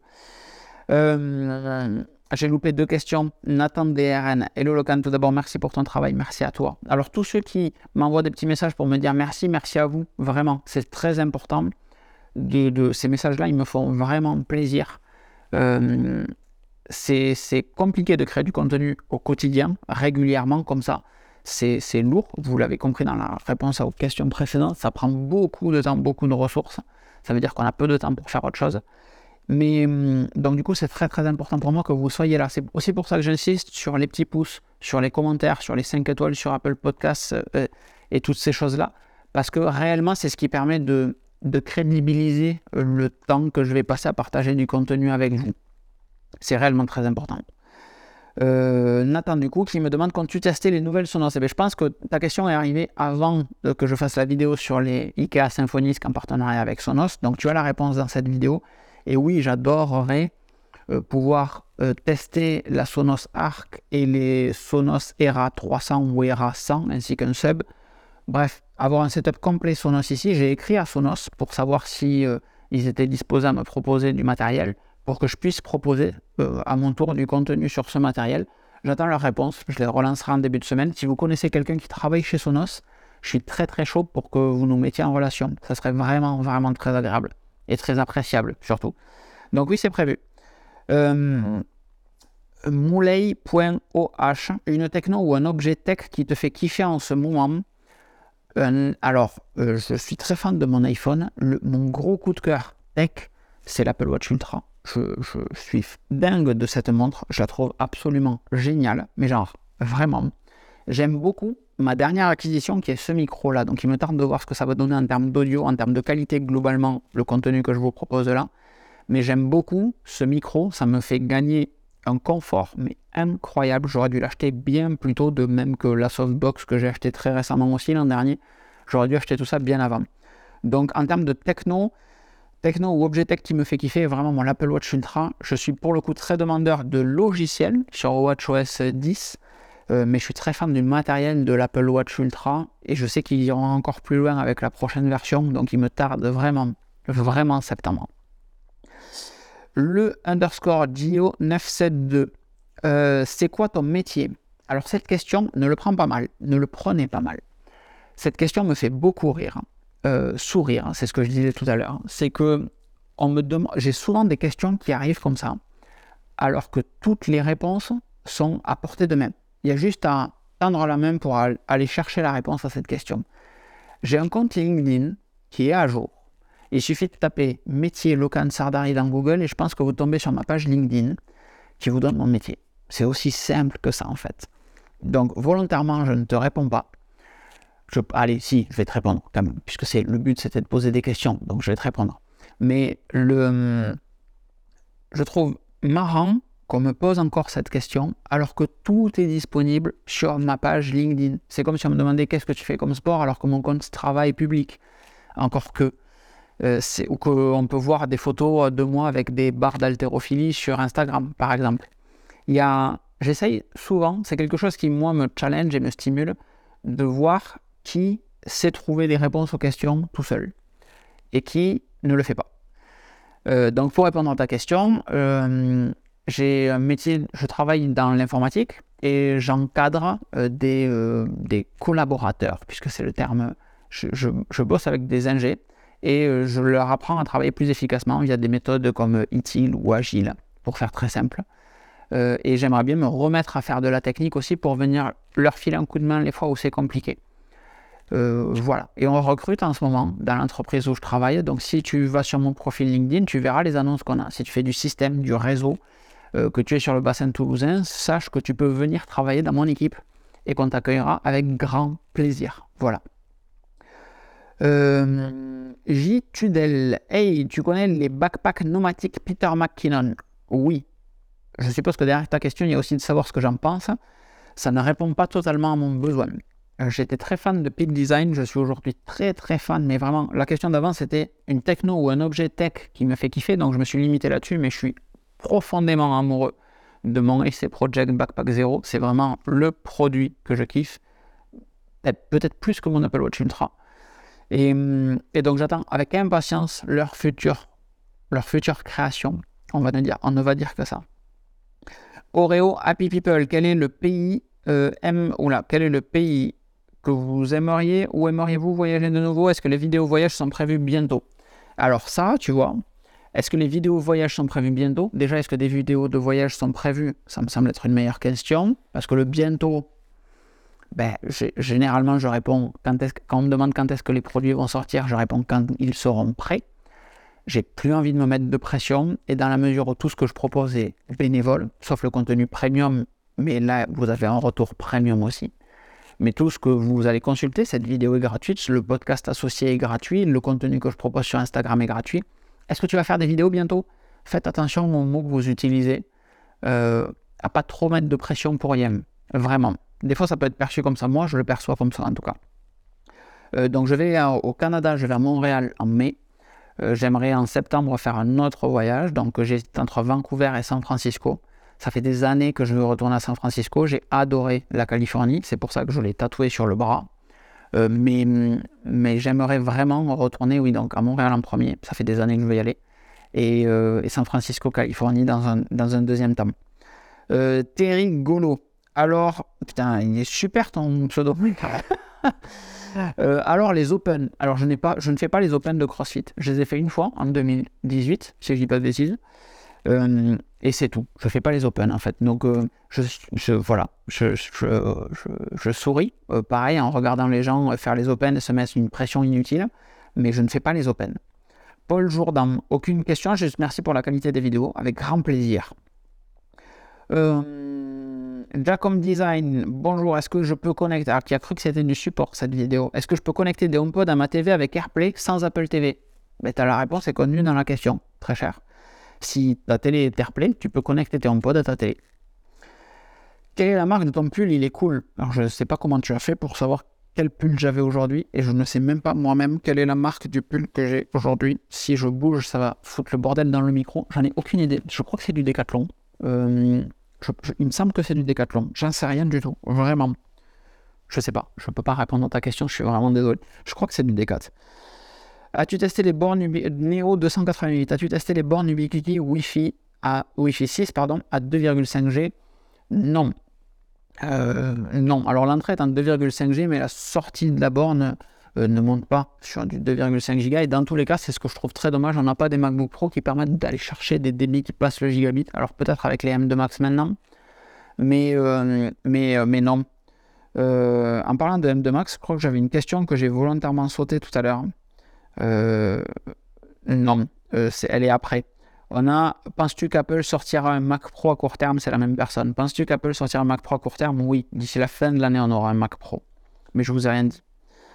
Euh, j'ai loupé deux questions. Nathan D R N, hello Locan, tout d'abord merci pour ton travail, merci à toi. Alors tous ceux qui m'envoient des petits messages pour me dire merci, merci à vous, vraiment, c'est très important. De, de ces messages-là, ils me font vraiment plaisir. Euh, c'est, c'est compliqué de créer du contenu au quotidien, régulièrement, comme ça. C'est, c'est lourd, vous l'avez compris dans la réponse aux questions précédentes. Ça prend beaucoup de temps, beaucoup de ressources. Ça veut dire qu'on a peu de temps pour faire autre chose. Mais donc du coup, c'est très très important pour moi que vous soyez là. C'est aussi pour ça que j'insiste sur les petits pouces, sur les commentaires, sur les cinq étoiles, sur Apple Podcasts euh, et toutes ces choses-là. Parce que réellement, c'est ce qui permet de... de crédibiliser le temps que je vais passer à partager du contenu avec vous. C'est réellement très important. Euh, Nathan, du coup, qui me demande quand tu testais les nouvelles Sonos. Eh bien, je pense que ta question est arrivée avant que je fasse la vidéo sur les IKEA Symfonisk en partenariat avec Sonos. Donc, tu as la réponse dans cette vidéo. Et oui, j'adorerais euh, pouvoir euh, tester la Sonos Arc et les Sonos Era trois cents ou Era cent, ainsi qu'un sub. Bref, avoir un setup complet Sonos ici. J'ai écrit à Sonos pour savoir si euh, ils étaient disposés à me proposer du matériel pour que je puisse proposer euh, à mon tour du contenu sur ce matériel. J'attends leur réponse, je les relancerai en début de semaine. Si vous connaissez quelqu'un qui travaille chez Sonos, je suis très très chaud pour que vous nous mettiez en relation. Ça serait vraiment vraiment très agréable et très appréciable surtout. Donc oui, c'est prévu. Euh, Moulay point O H, une techno ou un objet tech qui te fait kiffer en ce moment. Euh, alors, euh, je suis très fan de mon iPhone. Le, mon gros coup de cœur tech, c'est l'Apple Watch Ultra. Je, je suis dingue de cette montre. Je la trouve absolument géniale. Mais genre, vraiment. J'aime beaucoup ma dernière acquisition qui est ce micro-là. Donc, il me tarde de voir ce que ça va donner en termes d'audio, en termes de qualité globalement, le contenu que je vous propose là. Mais j'aime beaucoup ce micro. Ça me fait gagner un confort, mais incroyable. J'aurais dû l'acheter bien plus tôt, de même que la softbox que j'ai acheté très récemment aussi l'an dernier. J'aurais dû acheter tout ça bien avant. Donc en termes de techno, techno ou objet tech qui me fait kiffer, vraiment mon Apple Watch Ultra. Je suis pour le coup très demandeur de logiciels sur WatchOS dix, euh, mais je suis très fan du matériel de l'Apple Watch Ultra et je sais qu'ils iront encore plus loin avec la prochaine version, donc il me tarde vraiment, vraiment septembre. Le underscore Gio neuf cent soixante-douze, euh, c'est quoi ton métier? Alors cette question, ne le prends pas mal, ne le prenez pas mal. Cette question me fait beaucoup rire, euh, sourire, c'est ce que je disais tout à l'heure. C'est que on me demande, j'ai souvent des questions qui arrivent comme ça, alors que toutes les réponses sont à portée de main. Il y a juste à tendre la main pour aller chercher la réponse à cette question. J'ai un compte LinkedIn qui est à jour. Il suffit de taper métier Locan Sardari dans Google et je pense que vous tombez sur ma page LinkedIn qui vous donne mon métier. C'est aussi simple que ça en fait. Donc volontairement, je ne te réponds pas. je, allez, si, je vais te répondre quand même, puisque c'est, le but c'était de poser des questions, donc je vais te répondre. Mais le, je trouve marrant qu'on me pose encore cette question alors que tout est disponible sur ma page LinkedIn. C'est comme si on me demandait qu'est-ce que tu fais comme sport alors que mon compte travail est public. Encore que, euh, c'est, ou qu'on peut voir des photos de moi avec des barres d'haltérophilie sur Instagram, par exemple. Il y a, j'essaye souvent, c'est quelque chose qui moi me challenge et me stimule, de voir qui sait trouver des réponses aux questions tout seul et qui ne le fait pas. Euh, donc pour répondre à ta question, euh, j'ai un métier, je travaille dans l'informatique et j'encadre euh, des, euh, des collaborateurs, puisque c'est le terme, je, je, je bosse avec des ingés et euh, je leur apprends à travailler plus efficacement via des méthodes comme I T I L ou Agile, pour faire très simple. Euh, et j'aimerais bien me remettre à faire de la technique aussi pour venir leur filer un coup de main les fois où c'est compliqué. Euh, voilà. Et on recrute en ce moment dans l'entreprise où je travaille. Donc si tu vas sur mon profil LinkedIn, tu verras les annonces qu'on a. Si tu fais du système, du réseau, euh, que tu es sur le bassin toulousain, sache que tu peux venir travailler dans mon équipe et qu'on t'accueillera avec grand plaisir. Voilà. Euh, J. Tudel. Hey, tu connais les backpacks nomadiques Peter McKinnon? Oui. Je suppose que derrière ta question, il y a aussi de savoir ce que j'en pense. Ça ne répond pas totalement à mon besoin. J'étais très fan de Peak Design, je suis aujourd'hui très très fan, mais vraiment, la question d'avant c'était une techno ou un objet tech qui me fait kiffer, donc je me suis limité là-dessus, mais je suis profondément amoureux de mon A C Project Backpack Zero. C'est vraiment le produit que je kiffe, peut-être plus que mon Apple Watch Ultra. Et, et donc j'attends avec impatience leur future, leur future création. On va ne dire, on ne va dire que ça. Oreo Happy People, quel est le pays euh, M, oula, quel est le pays que vous aimeriez ou aimeriez-vous voyager de nouveau? Est-ce que les vidéos voyages sont prévues bientôt? Alors ça, tu vois, est-ce que les vidéos voyages sont prévues bientôt? Déjà, est-ce que des vidéos de voyage sont prévues? Ça me semble être une meilleure question, parce que le bientôt, ben, généralement, je réponds, quand, est-ce, quand on me demande quand est-ce que les produits vont sortir, je réponds quand ils seront prêts. J'ai plus envie de me mettre de pression, et dans la mesure où tout ce que je propose est bénévole, sauf le contenu premium, mais là, vous avez un retour premium aussi. Mais tout ce que vous allez consulter, cette vidéo est gratuite, le podcast associé est gratuit, le contenu que je propose sur Instagram est gratuit. Est-ce que tu vas faire des vidéos bientôt? Faites attention aux mots que vous utilisez, euh, à pas trop mettre de pression pour rien, vraiment. Des fois, ça peut être perçu comme ça, moi je le perçois comme ça en tout cas. Euh, donc je vais à, au Canada, je vais à Montréal en mai. Euh, j'aimerais en septembre faire un autre voyage, donc j'hésite entre Vancouver et San Francisco. Ça fait des années que je veux retourner à San Francisco. J'ai adoré la Californie. C'est pour ça que je l'ai tatoué sur le bras. Euh, mais, mais j'aimerais vraiment retourner, oui, donc à Montréal en premier. Ça fait des années que je veux y aller. Et, euh, et San Francisco, Californie dans un, dans un deuxième temps. Euh, Terry Golo. Alors, putain, il est super ton pseudo. euh, alors, les Open. Alors, je, n'ai pas, je ne fais pas les Open de CrossFit. Je les ai fait une fois en deux mille dix-huit, si je ne dis pas de bêtises. Euh, et c'est tout, je fais pas les open en fait, donc euh, je, je, voilà, je, je, je, je souris, euh, pareil en regardant les gens faire les open et se mettre une pression inutile, mais je ne fais pas les open. Paul Jourdan, aucune question, juste merci pour la qualité des vidéos, avec grand plaisir. Euh, Jacom Design, bonjour, est-ce que je peux connecter, alors qui a cru que c'était du support cette vidéo, est-ce que je peux connecter des HomePod à ma T V avec AirPlay sans Apple T V? Ben, t'as la réponse est contenue dans la question, très cher. Si ta télé est AirPlay, tu peux connecter tes HomePod à ta télé. Quelle est la marque de ton pull? Il est cool. Alors je ne sais pas comment tu as fait pour savoir quel pull j'avais aujourd'hui et je ne sais même pas moi-même quelle est la marque du pull que j'ai aujourd'hui. Si je bouge, ça va foutre le bordel dans le micro. J'en ai aucune idée. Je crois que c'est du Decathlon. Euh, je, je, il me semble que c'est du Decathlon. J'en sais rien du tout. Vraiment. Je sais pas. Je ne peux pas répondre à ta question. Je suis vraiment désolé. Je crois que c'est du Decathlon. As-tu testé les bornes Ubi... Neo deux cent quatre-vingt-huit, as-tu testé les bornes Ubiquiti Wi-Fi à Wi-Fi six pardon, à deux virgule cinq G? Non. Euh, non. Alors l'entrée est en deux virgule cinq G, mais la sortie de la borne euh, ne monte pas sur du deux virgule cinq giga. Et dans tous les cas, c'est ce que je trouve très dommage. On n'a pas des MacBook Pro qui permettent d'aller chercher des débits qui passent le gigabit. Alors peut-être avec les M deux Max maintenant, mais, euh, mais, euh, mais non. Euh, en parlant de M deux Max, je crois que j'avais une question que j'ai volontairement sautée tout à l'heure. Euh, non, euh, c'est, elle est après. On a, penses-tu qu'Apple sortira un Mac Pro à court terme? C'est la même personne. Penses-tu qu'Apple sortira un Mac Pro à court terme? Oui, d'ici la fin de l'année, on aura un Mac Pro. Mais je vous ai rien dit.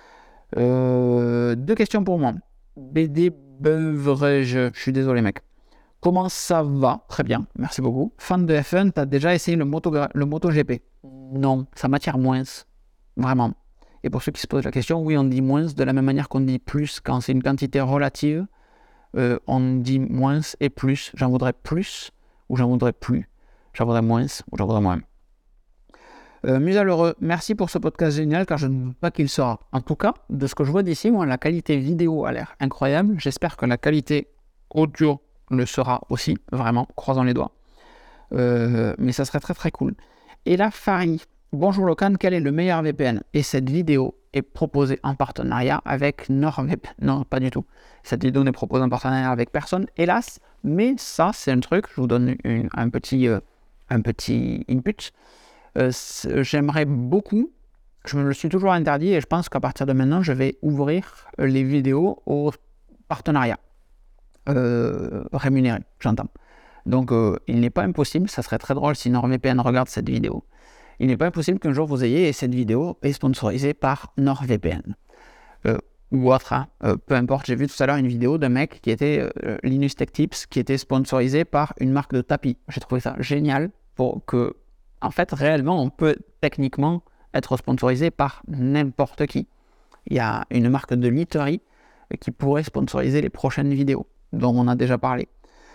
Euh, deux questions pour moi. B D Beverage, je suis désolé mec. Comment ça va? Très bien, merci beaucoup. Fan de F un, t'as déjà essayé le, moto, le MotoGP? Non, ça m'attire moins, vraiment. Et pour ceux qui se posent la question, oui, on dit moins de la même manière qu'on dit plus quand c'est une quantité relative. Euh, on dit moins et plus. J'en voudrais plus ou j'en voudrais plus. J'en voudrais moins ou j'en voudrais moins. Euh, Musalheureux, merci pour ce podcast génial car je ne doute pas qu'il sera. En tout cas, de ce que je vois d'ici, moi, la qualité vidéo a l'air incroyable. J'espère que la qualité audio le sera aussi, vraiment, croisons les doigts. Euh, mais ça serait très très cool. Et là, Fari, bonjour Locan, quel est le meilleur V P N? Et cette vidéo est proposée en partenariat avec NordVPN. Non, pas du tout. Cette vidéo n'est proposée en partenariat avec personne, hélas. Mais ça, c'est un truc, je vous donne une, un, petit, euh, un petit input. Euh, j'aimerais beaucoup, je me le suis toujours interdit et je pense qu'à partir de maintenant, je vais ouvrir les vidéos au partenariat euh, rémunéré, j'entends. Donc, euh, il n'est pas impossible, ça serait très drôle si NordVPN regarde cette vidéo, il n'est pas impossible qu'un jour vous ayez, et cette vidéo est sponsorisée par NordVPN. Euh, ou autre, hein. euh, peu importe, j'ai vu tout à l'heure une vidéo d'un mec qui était euh, Linus Tech Tips, qui était sponsorisé par une marque de tapis. J'ai trouvé ça génial pour que, en fait, réellement, on peut techniquement être sponsorisé par n'importe qui. Il y a une marque de literie qui pourrait sponsoriser les prochaines vidéos, dont on a déjà parlé.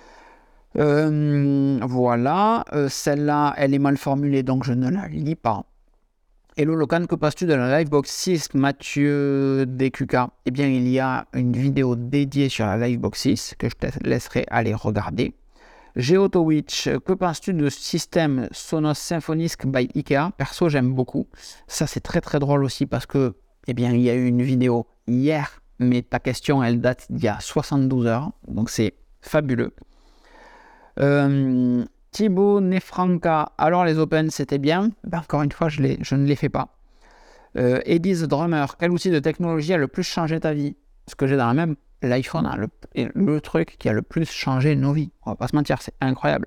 Euh, voilà, euh, celle-là, elle est mal formulée, donc je ne la lis pas. Hello Locan, que penses-tu de la Livebox six, Mathieu D Q K? Eh bien, il y a une vidéo dédiée sur la Livebox six que je te laisserai aller regarder. GeotoWitch, que penses-tu de ce système Sonos Symfonisk by Ikea? Perso, j'aime beaucoup. Ça, c'est très très drôle aussi parce que, eh bien, il y a eu une vidéo hier, mais ta question, elle date d'il y a soixante-douze heures, donc c'est fabuleux. Euh, Thibaut Nefranka, alors les Open c'était bien? Ben, encore une fois je, les, je ne les fais pas. euh, Eddie the Drummer, quel outil de technologie a le plus changé ta vie? Ce que j'ai dans la même, l'iPhone a le, le truc qui a le plus changé nos vies, on va pas se mentir, c'est incroyable.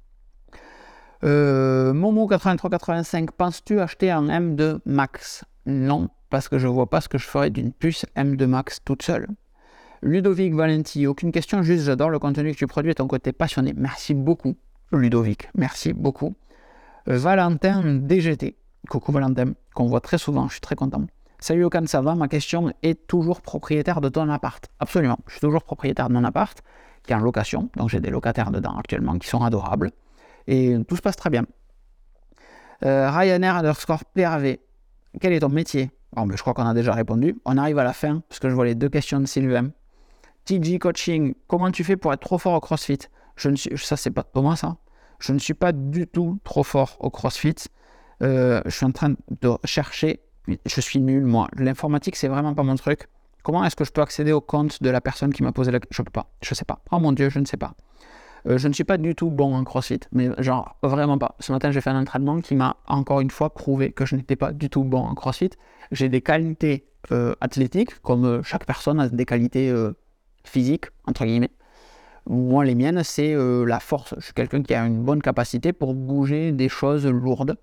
euh, Momo quatre-vingt-trois quatre-vingt-cinq, penses-tu acheter un M deux Max? Non, parce que je vois pas ce que je ferais d'une puce M deux Max toute seule. Ludovic Valenti, aucune question, juste j'adore le contenu que tu produis et ton côté passionné. Merci beaucoup, Ludovic, merci beaucoup. Euh, Valentin D G T, coucou Valentin, qu'on voit très souvent, je suis très content. Salut Locan, ça va? Ma question est toujours propriétaire de ton appart? Absolument, je suis toujours propriétaire de mon appart, qui est en location, donc j'ai des locataires dedans actuellement qui sont adorables, et tout se passe très bien. Euh, Ryanair underscore P R V, quel est ton métier? Bon, ben, je crois qu'on a déjà répondu. On arrive à la fin, parce que je vois les deux questions de Sylvain. T G Coaching, comment tu fais pour être trop fort au CrossFit? Je ne suis, ça c'est pas pour moi ça. Je ne suis pas du tout trop fort au CrossFit. Euh, je suis en train de chercher. Je suis nul moi. L'informatique c'est vraiment pas mon truc. Comment est-ce que je peux accéder au compte de la personne qui m'a posé la question? Je peux pas. Je sais pas. Oh mon dieu, je ne sais pas. Euh, je ne suis pas du tout bon en CrossFit, mais genre vraiment pas. Ce matin j'ai fait un entraînement qui m'a encore une fois prouvé que je n'étais pas du tout bon en CrossFit. J'ai des qualités euh, athlétiques, comme euh, chaque personne a des qualités euh, physique, entre guillemets. Moi, les miennes, c'est euh, la force. Je suis quelqu'un qui a une bonne capacité pour bouger des choses lourdes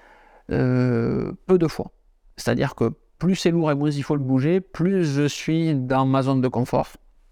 euh, peu de fois. C'est-à-dire que plus c'est lourd et moins il faut le bouger, plus je suis dans ma zone de confort.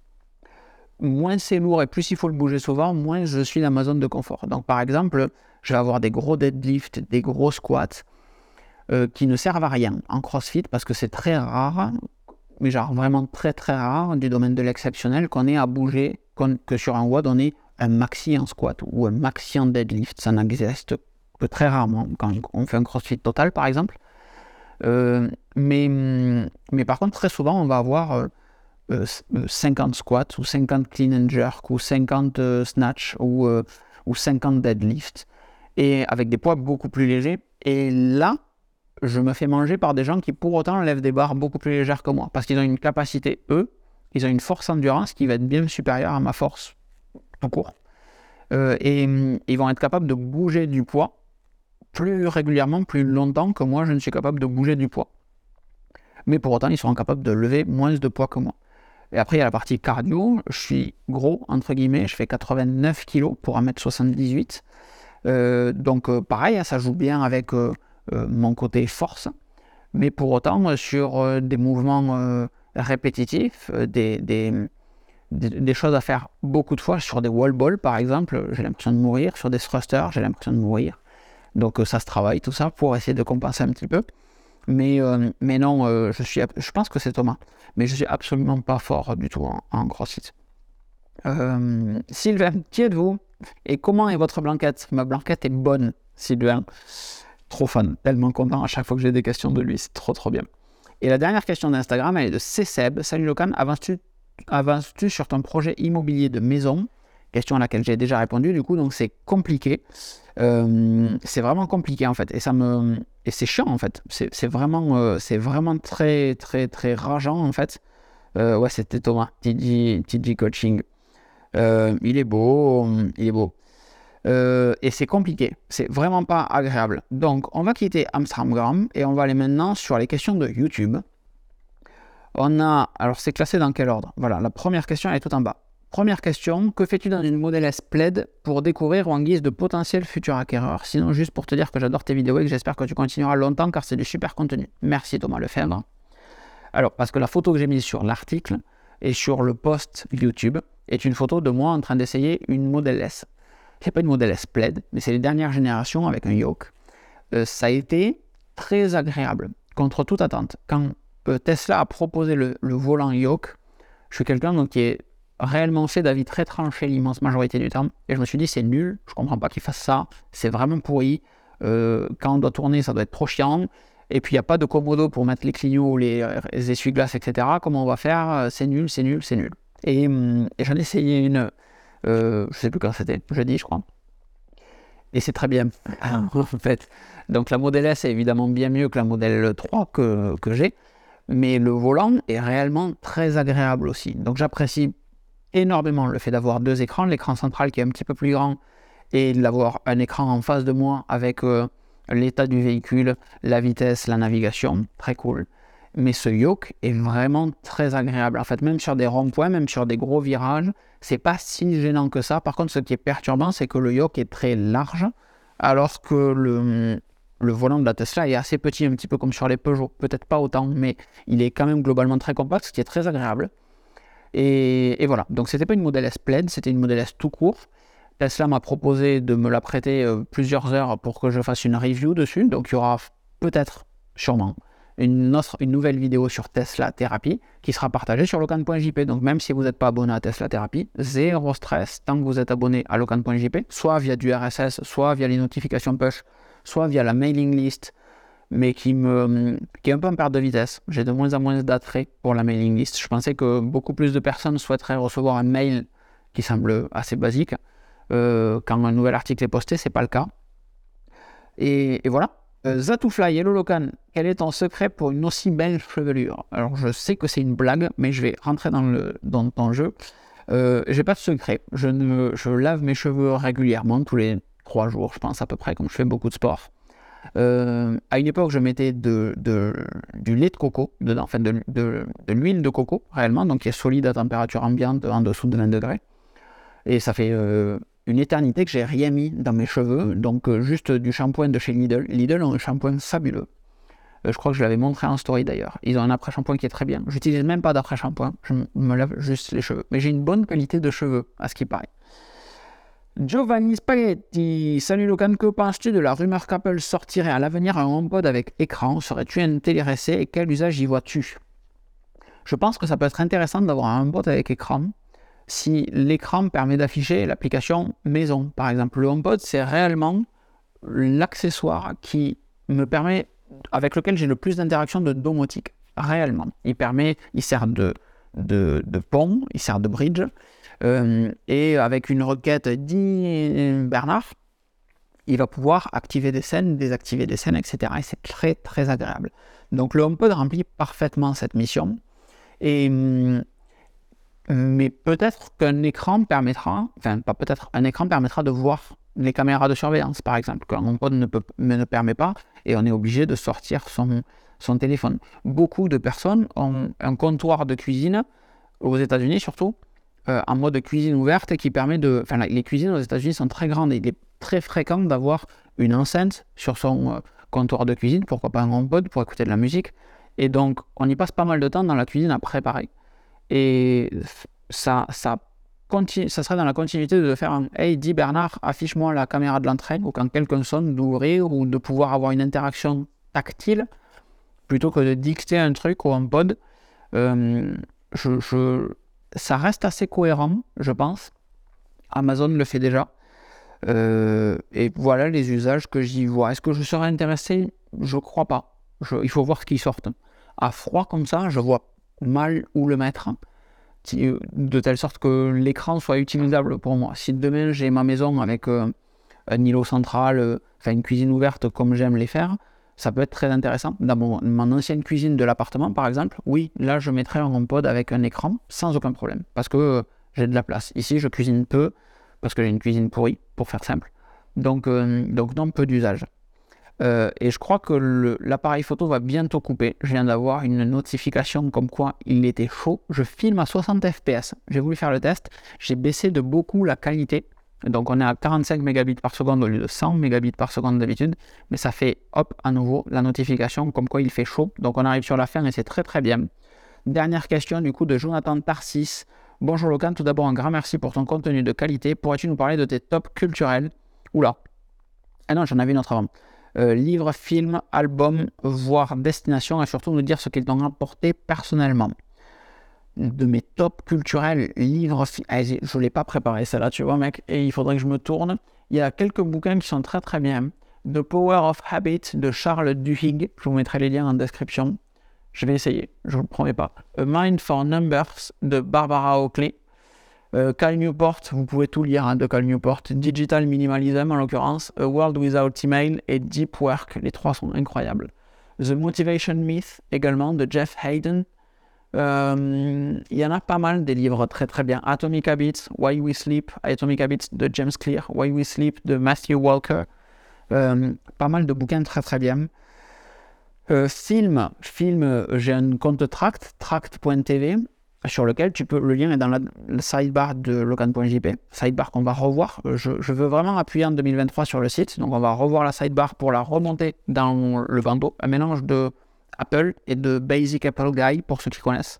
Moins c'est lourd et plus il faut le bouger souvent, moins je suis dans ma zone de confort. Donc, par exemple, je vais avoir des gros deadlifts, des gros squats euh, qui ne servent à rien en CrossFit parce que c'est très rare, mais genre vraiment très très rare du domaine de l'exceptionnel qu'on ait à bouger, qu'on, que sur un WOD on ait un maxi en squat ou un maxi en deadlift. Ça n'existe que très rarement quand on fait un CrossFit total par exemple. Euh, mais, mais par contre très souvent on va avoir euh, euh, cinquante squats ou cinquante clean and jerk ou cinquante euh, snatch ou, euh, ou cinquante deadlift et avec des poids beaucoup plus légers. Et là je me fais manger par des gens qui pour autant lèvent des barres beaucoup plus légères que moi, parce qu'ils ont une capacité, eux, ils ont une force endurance qui va être bien supérieure à ma force tout court. Euh, et hum, ils vont être capables de bouger du poids plus régulièrement, plus longtemps que moi je ne suis capable de bouger du poids. Mais pour autant, ils seront capables de lever moins de poids que moi. Et après, il y a la partie cardio, je suis gros, entre guillemets, je fais quatre-vingt-neuf kilos pour un mètre soixante-dix-huit. Euh, donc euh, pareil, ça joue bien avec... Euh, Euh, mon côté force, Mais pour autant, euh, sur euh, des mouvements euh, répétitifs, euh, des, des, des, des choses à faire beaucoup de fois, sur des wall balls par exemple, j'ai l'impression de mourir, sur des thrusters, j'ai l'impression de mourir. Donc euh, ça se travaille, tout ça, pour essayer de compenser un petit peu. Mais, euh, mais non, euh, je, suis, je pense que c'est Thomas, mais je suis absolument pas fort du tout en, en CrossFit. Euh, Sylvain, qui êtes-vous? Et comment est votre blanquette? Ma blanquette est bonne, Sylvain. Trop fan, tellement content à chaque fois que j'ai des questions de lui, c'est trop trop bien. Et la dernière question d'Instagram, elle est de C Seb. Salut Locan, avances-tu, avances-tu sur ton projet immobilier de maison? Question à laquelle j'ai déjà répondu, du coup, donc c'est compliqué. Euh, c'est vraiment compliqué en fait, et ça me, et c'est chiant en fait. C'est, c'est vraiment, euh, c'est vraiment très très très rageant en fait. Euh, ouais, c'était Thomas, T G, T G Coaching. Euh, il est beau, il est beau. Euh, et c'est compliqué, c'est vraiment pas agréable. Donc, on va quitter Amstramgram et on va aller maintenant sur les questions de YouTube. On a, alors c'est classé dans quel ordre? Voilà, la première question elle est tout en bas. Première question, que fais-tu dans une Model S Plaid pour découvrir ou en guise de potentiel futur acquéreur? Sinon, juste pour te dire que j'adore tes vidéos et que j'espère que tu continueras longtemps car c'est du super contenu. Merci Thomas Lefebvre. Alors, parce que la photo que j'ai mise sur l'article et sur le post YouTube est une photo de moi en train d'essayer une Model S. C'est pas une Model S Plaid, mais c'est les dernières générations avec un yoke. Euh, ça a été très agréable, contre toute attente. Quand euh, Tesla a proposé le, le volant yoke, je suis quelqu'un donc, qui est réellement fait d'avis très tranché l'immense majorité du temps, et je me suis dit c'est nul, je comprends pas qu'ils fassent ça, c'est vraiment pourri. Euh, quand on doit tourner, ça doit être trop chiant. Et puis il n'y a pas de commodo pour mettre les clignots, les, les essuie-glaces, et cetera. Comment on va faire? C'est nul, c'est nul, c'est nul. Et, et j'en ai essayé une. Euh, je sais plus quand c'était, jeudi je crois. Et c'est très bien, en fait. Donc la Model S est évidemment bien mieux que la Model trois que, que j'ai, mais le volant est réellement très agréable aussi. Donc j'apprécie énormément le fait d'avoir deux écrans, l'écran central qui est un petit peu plus grand et d'avoir un écran en face de moi avec euh, l'état du véhicule, la vitesse, la navigation, très cool. Mais ce yoke est vraiment très agréable. En fait, même sur des ronds-points, même sur des gros virages, c'est pas si gênant que ça. Par contre, ce qui est perturbant, c'est que le yoke est très large, alors que le, le volant de la Tesla est assez petit, un petit peu comme sur les Peugeot. Peut-être pas autant, mais il est quand même globalement très compact, ce qui est très agréable. Et, et voilà. Donc, c'était pas une Model S Plaid, c'était une Model S tout court. Tesla m'a proposé de me la prêter euh, plusieurs heures pour que je fasse une review dessus. Donc, il y aura peut-être, sûrement, Une, autre, une nouvelle vidéo sur Tesla Therapy qui sera partagée sur locan point j p. Donc même si vous n'êtes pas abonné à Tesla Therapy, zéro stress tant que vous êtes abonné à locan point j p, soit via du R S S, soit via les notifications push, soit via la mailing list, mais qui, me, qui est un peu en perte de vitesse. J'ai de moins en moins d'attrait pour la mailing list. Je pensais que beaucoup plus de personnes souhaiteraient recevoir un mail qui semble assez basique. Euh, quand un nouvel article est posté, c'est pas le cas. Et, et voilà. Euh, Zatoufly, hello Locan, quel est ton secret pour une aussi belle chevelure? Alors je sais que c'est une blague, mais je vais rentrer dans le dans ton jeu. Euh, j'ai pas de secret. Je, ne, je lave mes cheveux régulièrement, tous les trois jours, je pense à peu près, comme je fais beaucoup de sport. Euh, à une époque, je mettais de, de, du lait de coco dedans, enfin de, de, de l'huile de coco réellement, donc qui est solide à température ambiante en dessous de vingt degrés. Et ça fait euh, une éternité que j'ai rien mis dans mes cheveux, donc euh, juste du shampoing de chez Lidl. Lidl ont un shampoing fabuleux. Euh, je crois que je l'avais montré en story d'ailleurs. Ils ont un après-shampoing qui est très bien. J'utilise même pas d'après-shampoing, je me lave juste les cheveux. Mais j'ai une bonne qualité de cheveux, à ce qui paraît. Giovanni Spaghetti, salut Locan, que penses-tu de la rumeur qu'Apple sortirait à l'avenir un HomePod avec écran? Serais-tu intéressé et quel usage y vois-tu? Je pense que ça peut être intéressant d'avoir un HomePod avec écran si l'écran permet d'afficher l'application maison. Par exemple, le HomePod, c'est réellement l'accessoire qui me permet, avec lequel j'ai le plus d'interaction de domotique. Réellement. Il permet, il sert de, de, de pont, il sert de bridge. Euh, et avec une requête dit Bernard, il va pouvoir activer des scènes, désactiver des scènes, et cetera. Et c'est très très agréable. Donc le HomePod remplit parfaitement cette mission. Et, mais peut-être qu'un écran permettra, enfin pas peut-être, un écran permettra de voir les caméras de surveillance, par exemple, qu'un HomePod ne, peut, ne permet pas, et on est obligé de sortir son, son téléphone. Beaucoup de personnes ont un comptoir de cuisine, aux États-Unis surtout, Euh, en mode cuisine ouverte qui permet de... Enfin, les cuisines aux États-Unis sont très grandes et il est très fréquent d'avoir une enceinte sur son euh, comptoir de cuisine, pourquoi pas un HomePod pour écouter de la musique. Et donc, on y passe pas mal de temps dans la cuisine à préparer. Et ça, ça, continue, ça serait dans la continuité de faire un « Hey, dis Bernard, affiche-moi la caméra de l'entraîne » ou quand quelqu'un sonne, d'ouvrir ou de pouvoir avoir une interaction tactile plutôt que de dicter un truc au HomePod. Euh, je, je, ça reste assez cohérent, je pense. Amazon le fait déjà. Euh, et voilà les usages que j'y vois. Est-ce que je serais intéressé ? Je crois pas. Je, il faut voir ce qui sort. À froid comme ça, je vois mal où le mettre, de telle sorte que l'écran soit utilisable pour moi. Si demain j'ai ma maison avec euh, un îlot central, euh, enfin une cuisine ouverte comme j'aime les faire, ça peut être très intéressant. Dans mon, mon ancienne cuisine de l'appartement, par exemple, oui, là je mettrais un HomePod avec un écran sans aucun problème, parce que euh, j'ai de la place. Ici, je cuisine peu, parce que j'ai une cuisine pourrie, pour faire simple. Donc, euh, donc non, peu d'usage. Euh, et je crois que le, l'appareil photo va bientôt couper. Je viens d'avoir une notification comme quoi il était chaud. Je filme à soixante F P S. J'ai voulu faire le test. J'ai baissé de beaucoup la qualité. Donc on est à quarante-cinq mégabits par seconde au lieu de cent mégabits par seconde d'habitude. Mais ça fait, hop, à nouveau, la notification comme quoi il fait chaud. Donc on arrive sur la fin et c'est très très bien. Dernière question du coup de Jonathan Tarsis. Bonjour Locan, tout d'abord un grand merci pour ton contenu de qualité. Pourrais-tu nous parler de tes tops culturels ? Oula. Ah non, j'en avais une autre avant. Euh, livres, films, albums, voire destination, et surtout nous dire ce qu'ils t'ont apporté personnellement. De mes tops culturels, livres, films... Ah, je ne l'ai pas préparé celle-là, tu vois mec, et il faudrait que je me tourne. Il y a quelques bouquins qui sont très très bien. The Power of Habit de Charles Duhigg, je vous mettrai les liens en description. Je vais essayer, je ne vous le promets pas. A Mind for Numbers de Barbara Oakley. Euh, Cal Newport, vous pouvez tout lire hein, de Cal Newport. Digital Minimalism en l'occurrence. A World Without Email et Deep Work. Les trois sont incroyables. The Motivation Myth également de Jeff Hayden. Euh, il y en a pas mal des livres très très bien. Atomic Habits, Why We Sleep. Atomic Habits de James Clear. Why We Sleep de Matthew Walker. Euh, pas mal de bouquins très très bien. Euh, film, film, j'ai un compte Tract, tract point t v, sur lequel tu peux, le lien est dans la, le sidebar de locan point j p, sidebar qu'on va revoir. Je, je veux vraiment appuyer en deux mille vingt-trois sur le site, donc on va revoir la sidebar pour la remonter dans le bandeau, un mélange de Apple et de Basic Apple Guy pour ceux qui connaissent.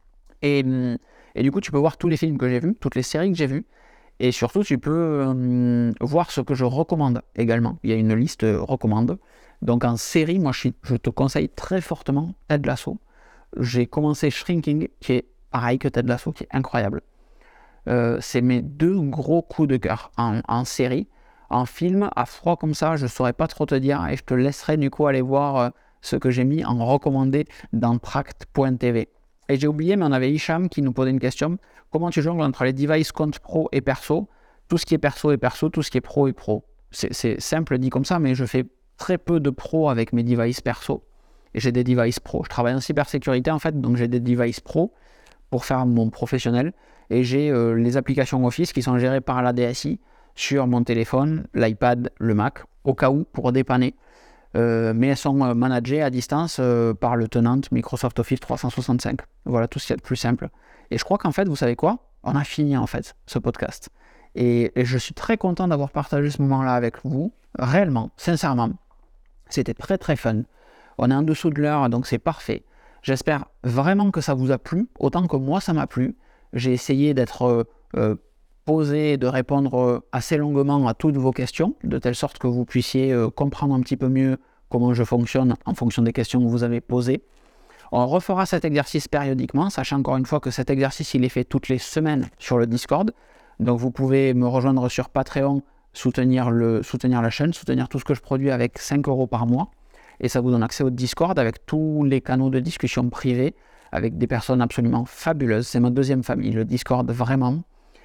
Et, et du coup, tu peux voir tous les films que j'ai vus, toutes les séries que j'ai vues, et surtout, tu peux euh, voir ce que je recommande également. Il y a une liste euh, recommande. Donc en série, moi, je, suis, je te conseille très fortement Ted Lasso. J'ai commencé Shrinking, qui est pareil que Ted Lasso, qui est incroyable. Euh, c'est mes deux gros coups de cœur en, en série. En film, à froid comme ça, je ne saurais pas trop te dire, et je te laisserai du coup aller voir euh, ce que j'ai mis en recommandé dans tract point t v. Et j'ai oublié, mais on avait Hicham qui nous posait une question. Comment tu jongles entre les devices compte pro et perso ? Tout ce qui est perso est perso, tout ce qui est pro est pro. C'est, c'est simple dit comme ça, mais je fais très peu de pro avec mes devices perso. Et j'ai des devices pro. Je travaille en cybersécurité en fait, donc j'ai des devices pro pour faire mon professionnel. Et j'ai euh, les applications Office qui sont gérées par la D S I sur mon téléphone, l'iPad, le Mac, au cas où, pour dépanner. Euh, mais elles sont euh, managées à distance euh, par le tenant Microsoft Office trois cent soixante-cinq. Voilà tout ce qu'il y a de plus simple. Et je crois qu'en fait, vous savez quoi ? On a fini en fait ce podcast. Et, et je suis très content d'avoir partagé ce moment-là avec vous, réellement, sincèrement. C'était très très fun. On est en dessous de l'heure, donc c'est parfait. J'espère vraiment que ça vous a plu, autant que moi ça m'a plu. J'ai essayé d'être euh, euh, posé, de répondre assez longuement à toutes vos questions, de telle sorte que vous puissiez euh, comprendre un petit peu mieux comment je fonctionne en fonction des questions que vous avez posées. On refera cet exercice périodiquement, sachant encore une fois que cet exercice il est fait toutes les semaines sur le Discord. Donc vous pouvez me rejoindre sur Patreon, soutenir, le, soutenir la chaîne, soutenir tout ce que je produis avec cinq euros par mois. Et ça vous donne accès au Discord avec tous les canaux de discussion privés, avec des personnes absolument fabuleuses. C'est ma deuxième famille, le Discord, vraiment.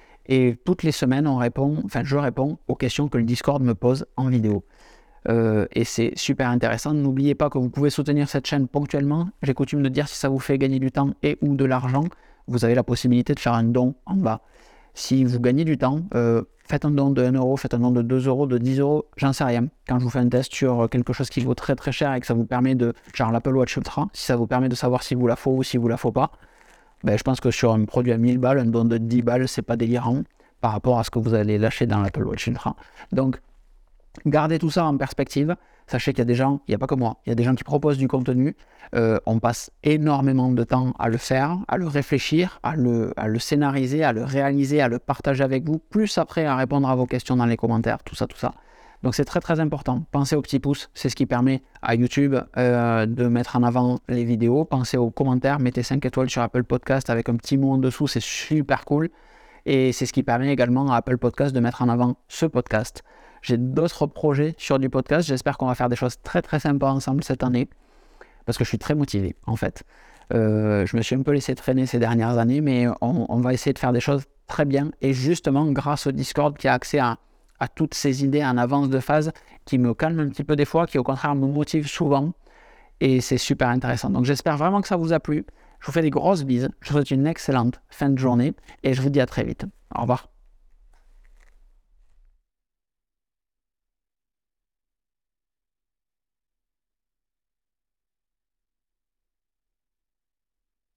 Et toutes les semaines, on répond, enfin je réponds aux questions que le Discord me pose en vidéo. Euh, et c'est super intéressant. N'oubliez pas que vous pouvez soutenir cette chaîne ponctuellement. J'ai coutume de dire si ça vous fait gagner du temps et ou de l'argent, vous avez la possibilité de faire un don en bas. Si vous gagnez du temps, euh, faites un don de un euro, faites un don de deux euros, de dix euros, j'en sais rien. Quand je vous fais un test sur quelque chose qui vaut très très cher et que ça vous permet de, genre l'Apple Watch Ultra, si ça vous permet de savoir si vous la faut ou si vous la faut pas, ben, je pense que sur un produit à mille balles, un don de dix balles, c'est pas délirant par rapport à ce que vous allez lâcher dans l'Apple Watch Ultra. Donc, Gardez tout ça en perspective. Sachez qu'il y a des gens, il n'y a pas que moi, il y a des gens qui proposent du contenu. Euh, on passe énormément de temps à le faire, à le réfléchir, à le, à le scénariser, à le réaliser, à le partager avec vous, plus après à répondre à vos questions dans les commentaires, tout ça, tout ça. Donc c'est très très important. Pensez au petit pouce, c'est ce qui permet à YouTube euh, de mettre en avant les vidéos. Pensez aux commentaires, mettez cinq étoiles sur Apple Podcast avec un petit mot en dessous, c'est super cool. Et c'est ce qui permet également à Apple Podcast de mettre en avant ce podcast. J'ai d'autres projets sur du podcast. J'espère qu'on va faire des choses très très sympas ensemble cette année. Parce que je suis très motivé en fait. Euh, je me suis un peu laissé traîner ces dernières années, mais on, on va essayer de faire des choses très bien. Et justement, grâce au Discord qui a accès à, à toutes ces idées en avance de phase, qui me calme un petit peu des fois, qui au contraire me motive souvent. Et c'est super intéressant. Donc j'espère vraiment que ça vous a plu. Je vous fais des grosses bises. Je vous souhaite une excellente fin de journée et je vous dis à très vite. Au revoir.